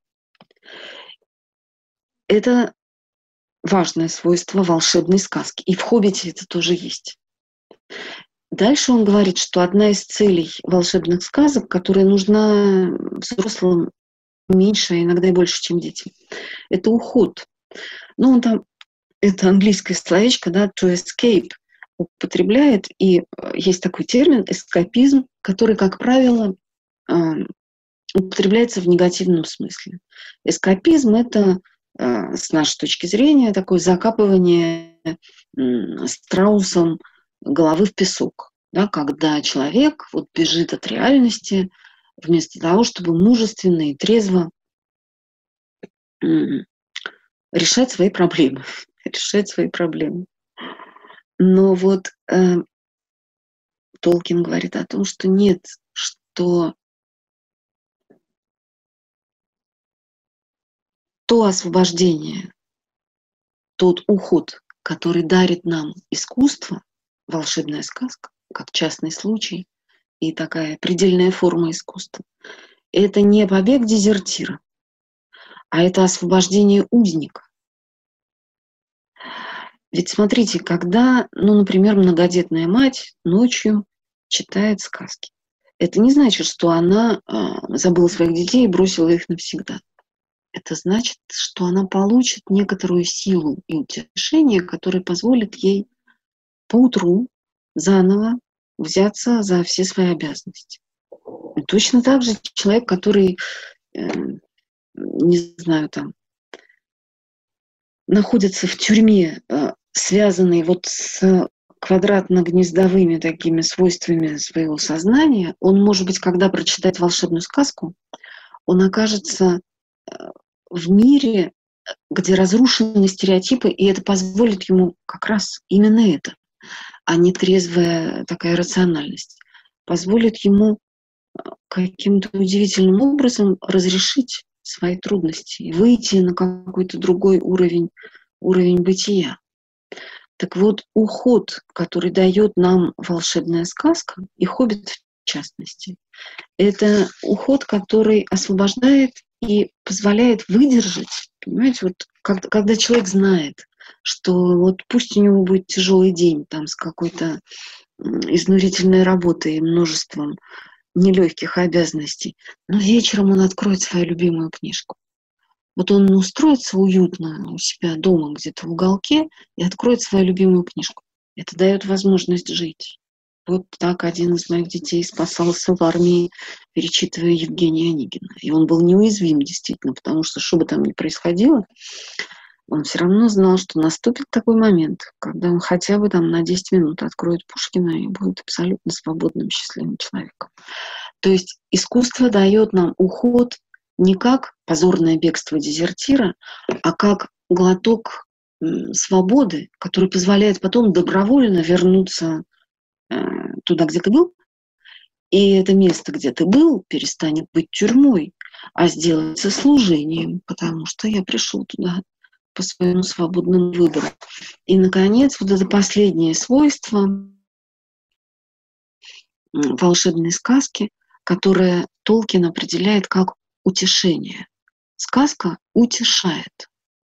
[SPEAKER 2] Это важное свойство волшебной сказки. И в «Хоббите» это тоже есть. Дальше он говорит, что одна из целей волшебных сказок, которая нужна взрослым меньше, а иногда и больше, чем детям, это уход. Ну, он там, это английское словечко, да, to escape, употребляет, и есть такой термин эскапизм, который, как правило, употребляется в негативном смысле. Эскапизм — это, с нашей точки зрения, такое закапывание страусом головы в песок, да, когда человек вот бежит от реальности вместо того, чтобы мужественно и трезво решать свои проблемы. Решать свои проблемы. Но вот Толкин говорит о том, что нет, что то освобождение, тот уход, который дарит нам искусство, волшебная сказка, как частный случай и такая предельная форма искусства, это не побег дезертира, а это освобождение узника. Ведь смотрите, когда, например, многодетная мать ночью читает сказки, это не значит, что она забыла своих детей и бросила их навсегда. Это значит, что она получит некоторую силу и утешение, которое позволит ей поутру заново взяться за все свои обязанности. И точно так же человек, который, не знаю, там, находится в тюрьме, связанный вот с квадратно-гнездовыми такими свойствами своего сознания, он, может быть, когда прочитает волшебную сказку, он окажется в мире, где разрушены стереотипы, и это позволит ему как раз именно это, а не трезвая такая рациональность, позволит ему каким-то удивительным образом разрешить свои трудности и выйти на какой-то другой уровень бытия. Так вот, уход, который дает нам волшебная сказка, и «Хоббит» в частности, это уход, который освобождает и позволяет выдержать, понимаете, вот когда человек знает, что вот пусть у него будет тяжелый день там с какой-то изнурительной работой и множеством нелегких обязанностей, но вечером он откроет свою любимую книжку. Вот он устроится уютно у себя дома где-то в уголке и откроет свою любимую книжку. Это дает возможность жить. Вот так один из моих детей спасался в армии, перечитывая Евгения Онегина. И он был неуязвим, действительно, потому что бы там ни происходило, он все равно знал, что наступит такой момент, когда он хотя бы там на 10 минут откроет Пушкина и будет абсолютно свободным, счастливым человеком. То есть искусство дает нам уход не как позорное бегство дезертира, а как глоток свободы, который позволяет потом добровольно вернуться туда, где ты был, и это место, где ты был, перестанет быть тюрьмой, а сделается служением, потому что я пришел туда по своему свободному выбору. И, наконец, вот это последнее свойство волшебной сказки, которое Толкин определяет как утешение. Сказка утешает.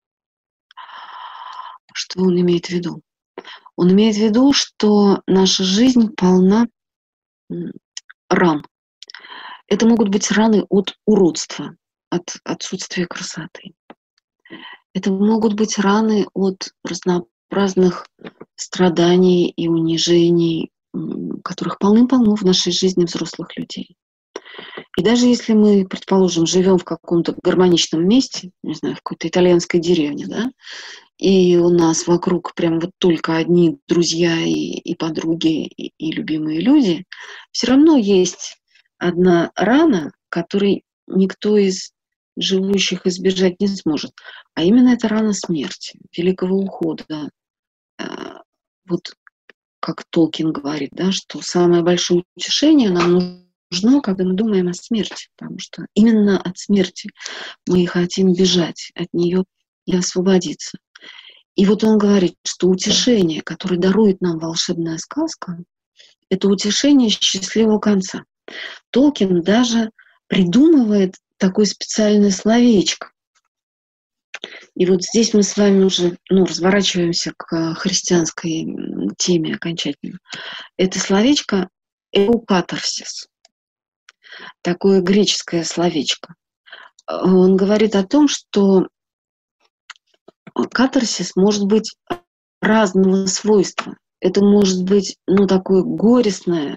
[SPEAKER 2] Что он имеет в виду? Он имеет в виду, что наша жизнь полна ран. Это могут быть раны от уродства, от отсутствия красоты. Это могут быть раны от разнообразных страданий и унижений, которых полным-полно в нашей жизни взрослых людей. И даже если мы, предположим, живем в каком-то гармоничном месте, не знаю, в какой-то итальянской деревне, да, и у нас вокруг прям вот только одни друзья и подруги и любимые люди, все равно есть одна рана, которой никто из живущих избежать не сможет. А именно это рана смерти, великого ухода. Вот как Толкин говорит, да, что самое большое утешение нам нужно, когда мы думаем о смерти, потому что именно от смерти мы и хотим бежать, от нее и освободиться. И вот он говорит, что утешение, которое дарует нам волшебная сказка, это утешение счастливого конца. Толкин даже придумывает такое специальное словечко. И вот здесь мы с вами уже разворачиваемся к христианской теме окончательно. Это словечко «эукатарсис». Такое греческое словечко. Он говорит о том, что катарсис может быть разного свойства. Это может быть, такое горестное,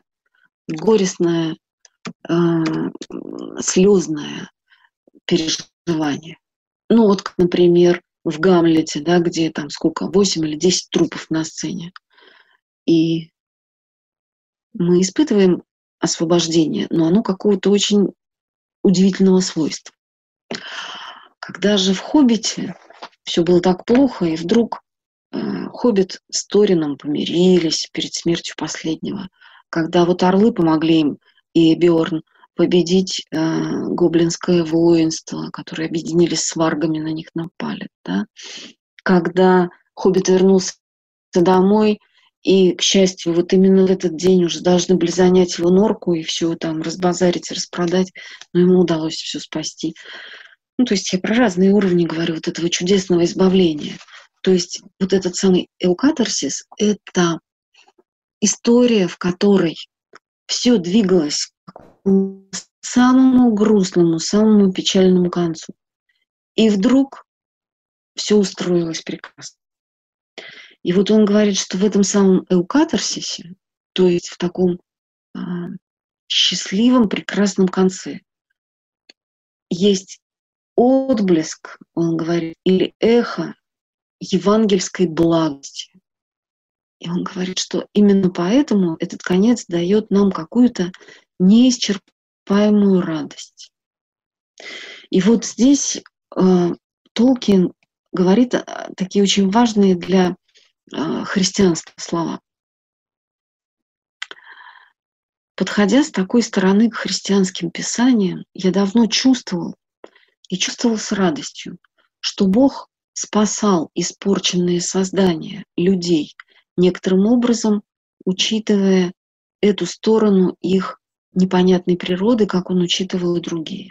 [SPEAKER 2] слезное переживание. Вот, например, в «Гамлете», да, где там 8 или 10 трупов на сцене. И мы испытываем освобождение, но оно какого-то очень удивительного свойства. Когда же в «Хоббите» все было так плохо, и вдруг Хоббит с Торином помирились перед смертью последнего, когда вот орлы помогли им и Бёрн победить гоблинское воинство, которые объединились с варгами, на них напали. Да? Когда Хоббит вернулся домой, и, к счастью, вот именно в этот день уже должны были занять его норку и все там разбазарить, распродать, но ему удалось все спасти. Ну, то есть я про разные уровни говорю вот этого чудесного избавления. То есть вот этот самый эукатарсис — это история, в которой все двигалось к самому грустному, самому печальному концу. И вдруг все устроилось прекрасно. И вот он говорит, что в этом самом эукатарсисе, то есть в таком счастливом, прекрасном конце, есть отблеск, он говорит, или эхо евангельской благости. И он говорит, что именно поэтому этот конец дает нам какую-то неисчерпаемую радость. И вот здесь Толкин говорит такие очень важные для христианства слова. Подходя с такой стороны к христианским писаниям, я давно чувствовал и чувствовал с радостью, что Бог спасал испорченные создания людей, некоторым образом учитывая эту сторону их непонятной природы, как он учитывал и другие.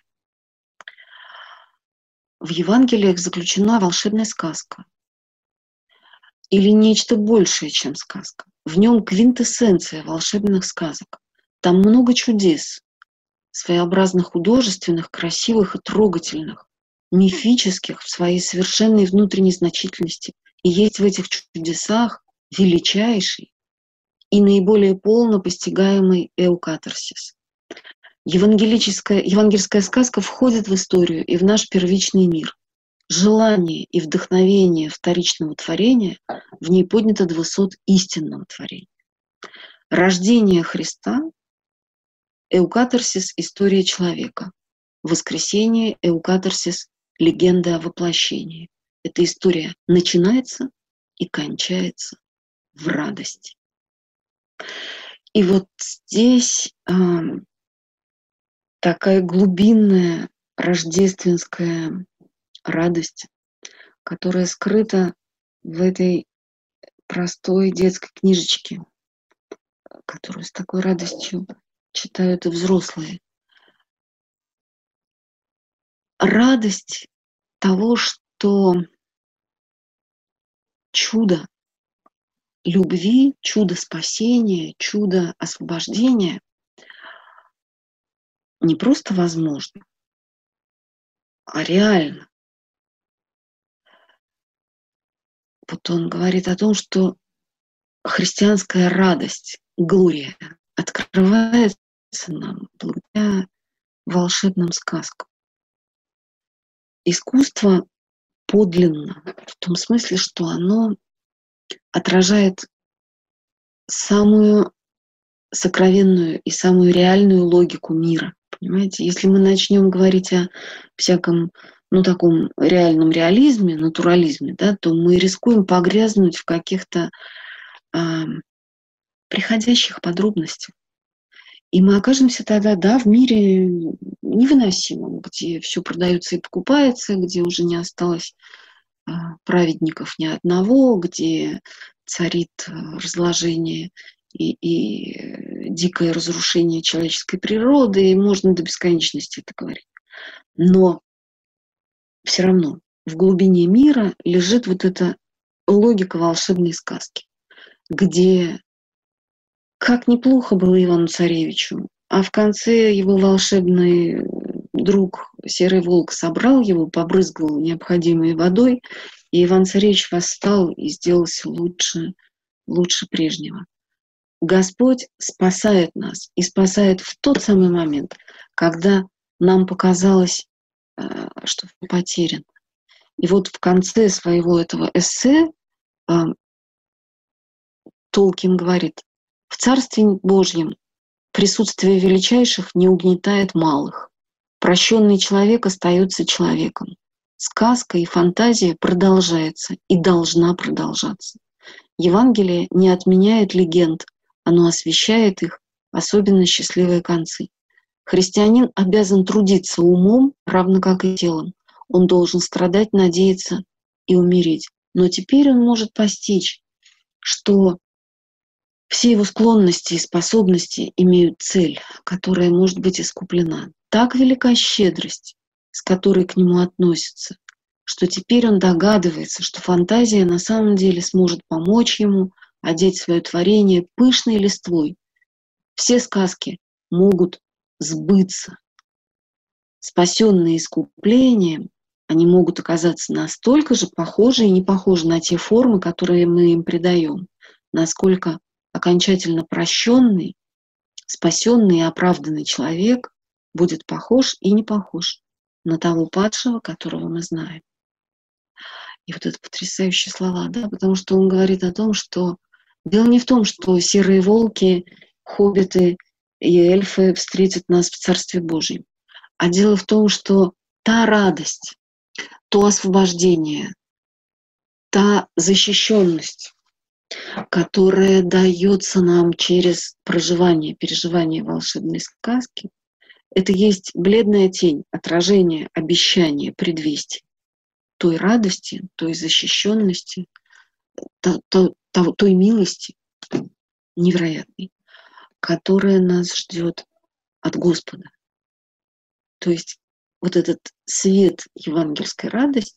[SPEAKER 2] В Евангелиях заключена волшебная сказка или нечто большее, чем сказка. В нем квинтэссенция волшебных сказок. Там много чудес, своеобразно художественных, красивых и трогательных, мифических в своей совершенной внутренней значительности. И есть в этих чудесах величайший и наиболее полно постигаемый эукатарсис. Евангельская сказка входит в историю и в наш первичный мир. Желание и вдохновение вторичного творения в ней поднято до высот истинного творения. Рождение Христа — эукатарсис истории человека. Воскресение — эукатарсис легенда о воплощении. Эта история начинается и кончается в радости. И вот здесь такая глубинная рождественская радость, которая скрыта в этой простой детской книжечке, которую с такой радостью читают и взрослые. Радость того, что чудо любви, чудо спасения, чудо освобождения не просто возможно, а реально. Вот он говорит о том, что христианская радость, глория, открывается нам благодаря волшебным сказкам. Искусство подлинно, в том смысле, что оно отражает самую сокровенную и самую реальную логику мира. Понимаете, если мы начнем говорить о всяком, таком реальном реализме, натурализме, да, то мы рискуем погрязнуть в каких-то приходящих подробностях. И мы окажемся тогда, да, в мире невыносимом, где все продается и покупается, где уже не осталось праведников ни одного, где царит разложение и дикое разрушение человеческой природы, и можно до бесконечности это говорить. Но все равно в глубине мира лежит вот эта логика волшебной сказки, где как неплохо было Ивану-Царевичу, а в конце его волшебный друг Серый Волк собрал его, побрызгал необходимой водой, и Иван-Царевич восстал и сделался лучше прежнего. Господь спасает нас и спасает в тот самый момент, когда нам показалось, что он потерян. И вот в конце своего этого эссе Толкин говорит: в Царстве Божьем присутствие величайших не угнетает малых. Прощенный человек остается человеком. сказка и фантазия продолжается и должна продолжаться. Евангелие не отменяет легенд, оно освещает их, особенно счастливые концы. Христианин обязан трудиться умом, равно как и телом. Он должен страдать, надеяться и умереть. Но теперь он может постичь, что все его склонности и способности имеют цель, которая может быть искуплена. Так велика щедрость, с которой к нему относятся, что теперь он догадывается, что фантазия на самом деле сможет помочь ему одеть свое творение пышной листвой. Все сказки могут сбыться. Спасенные искуплением, они могут оказаться настолько же похожи и не похожи на те формы, которые мы им придаем, насколько окончательно прощенный, спасенный и оправданный человек будет похож и не похож на того падшего, которого мы знаем. И вот это потрясающие слова, да, потому что он говорит о том, что дело не в том, что серые волки, хоббиты и эльфы встретят нас в Царстве Божьем, а дело в том, что та радость, то освобождение, та защищенность, которая дается нам через проживание, переживание волшебной сказки, это есть бледная тень, отражение, обещание, предвестие той радости, той защищенности, той милости невероятной, которая нас ждет от Господа. То есть вот этот свет евангельской радости,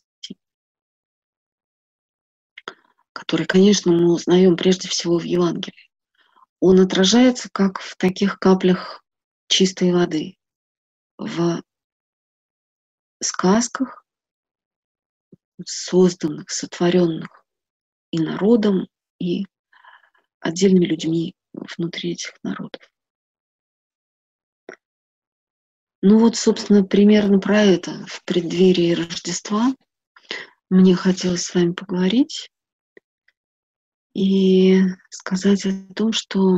[SPEAKER 2] который, конечно, мы узнаем прежде всего в Евангелии, он отражается как в таких каплях чистой воды, в сказках, созданных, сотворенных и народом, и отдельными людьми внутри этих народов. Ну вот, собственно, примерно про это в преддверии Рождества мне хотелось с вами поговорить и сказать о том, что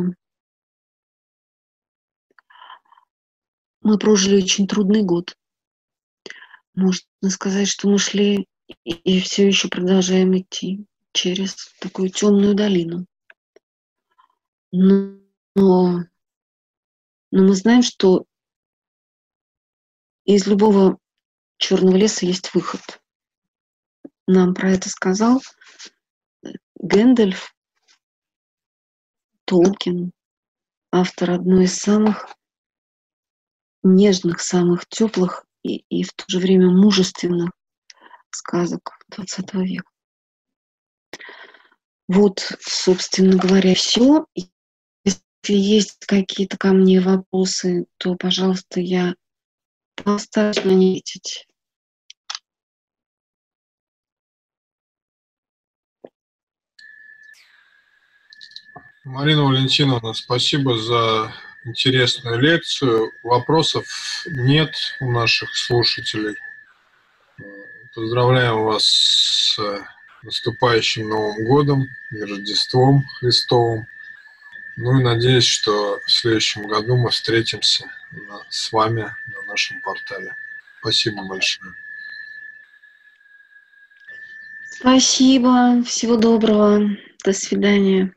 [SPEAKER 2] мы прожили очень трудный год. Можно сказать, что мы шли и все еще продолжаем идти через такую темную долину. Но мы знаем, что из любого черного леса есть выход. Нам про это сказал Гэндальф Толкин, автор одной из самых нежных, самых теплых и в то же время мужественных сказок XX века. Вот, собственно говоря, все. Если есть какие-то ко мне вопросы, то, пожалуйста, я постараюсь на них ответить.
[SPEAKER 3] Марина Валентиновна, спасибо за интересную лекцию. Вопросов нет у наших слушателей. Поздравляем вас с наступающим Новым годом и Рождеством Христовым. Ну и надеюсь, что в следующем году мы встретимся с вами на нашем портале. Спасибо большое.
[SPEAKER 2] Спасибо. Всего доброго. До свидания.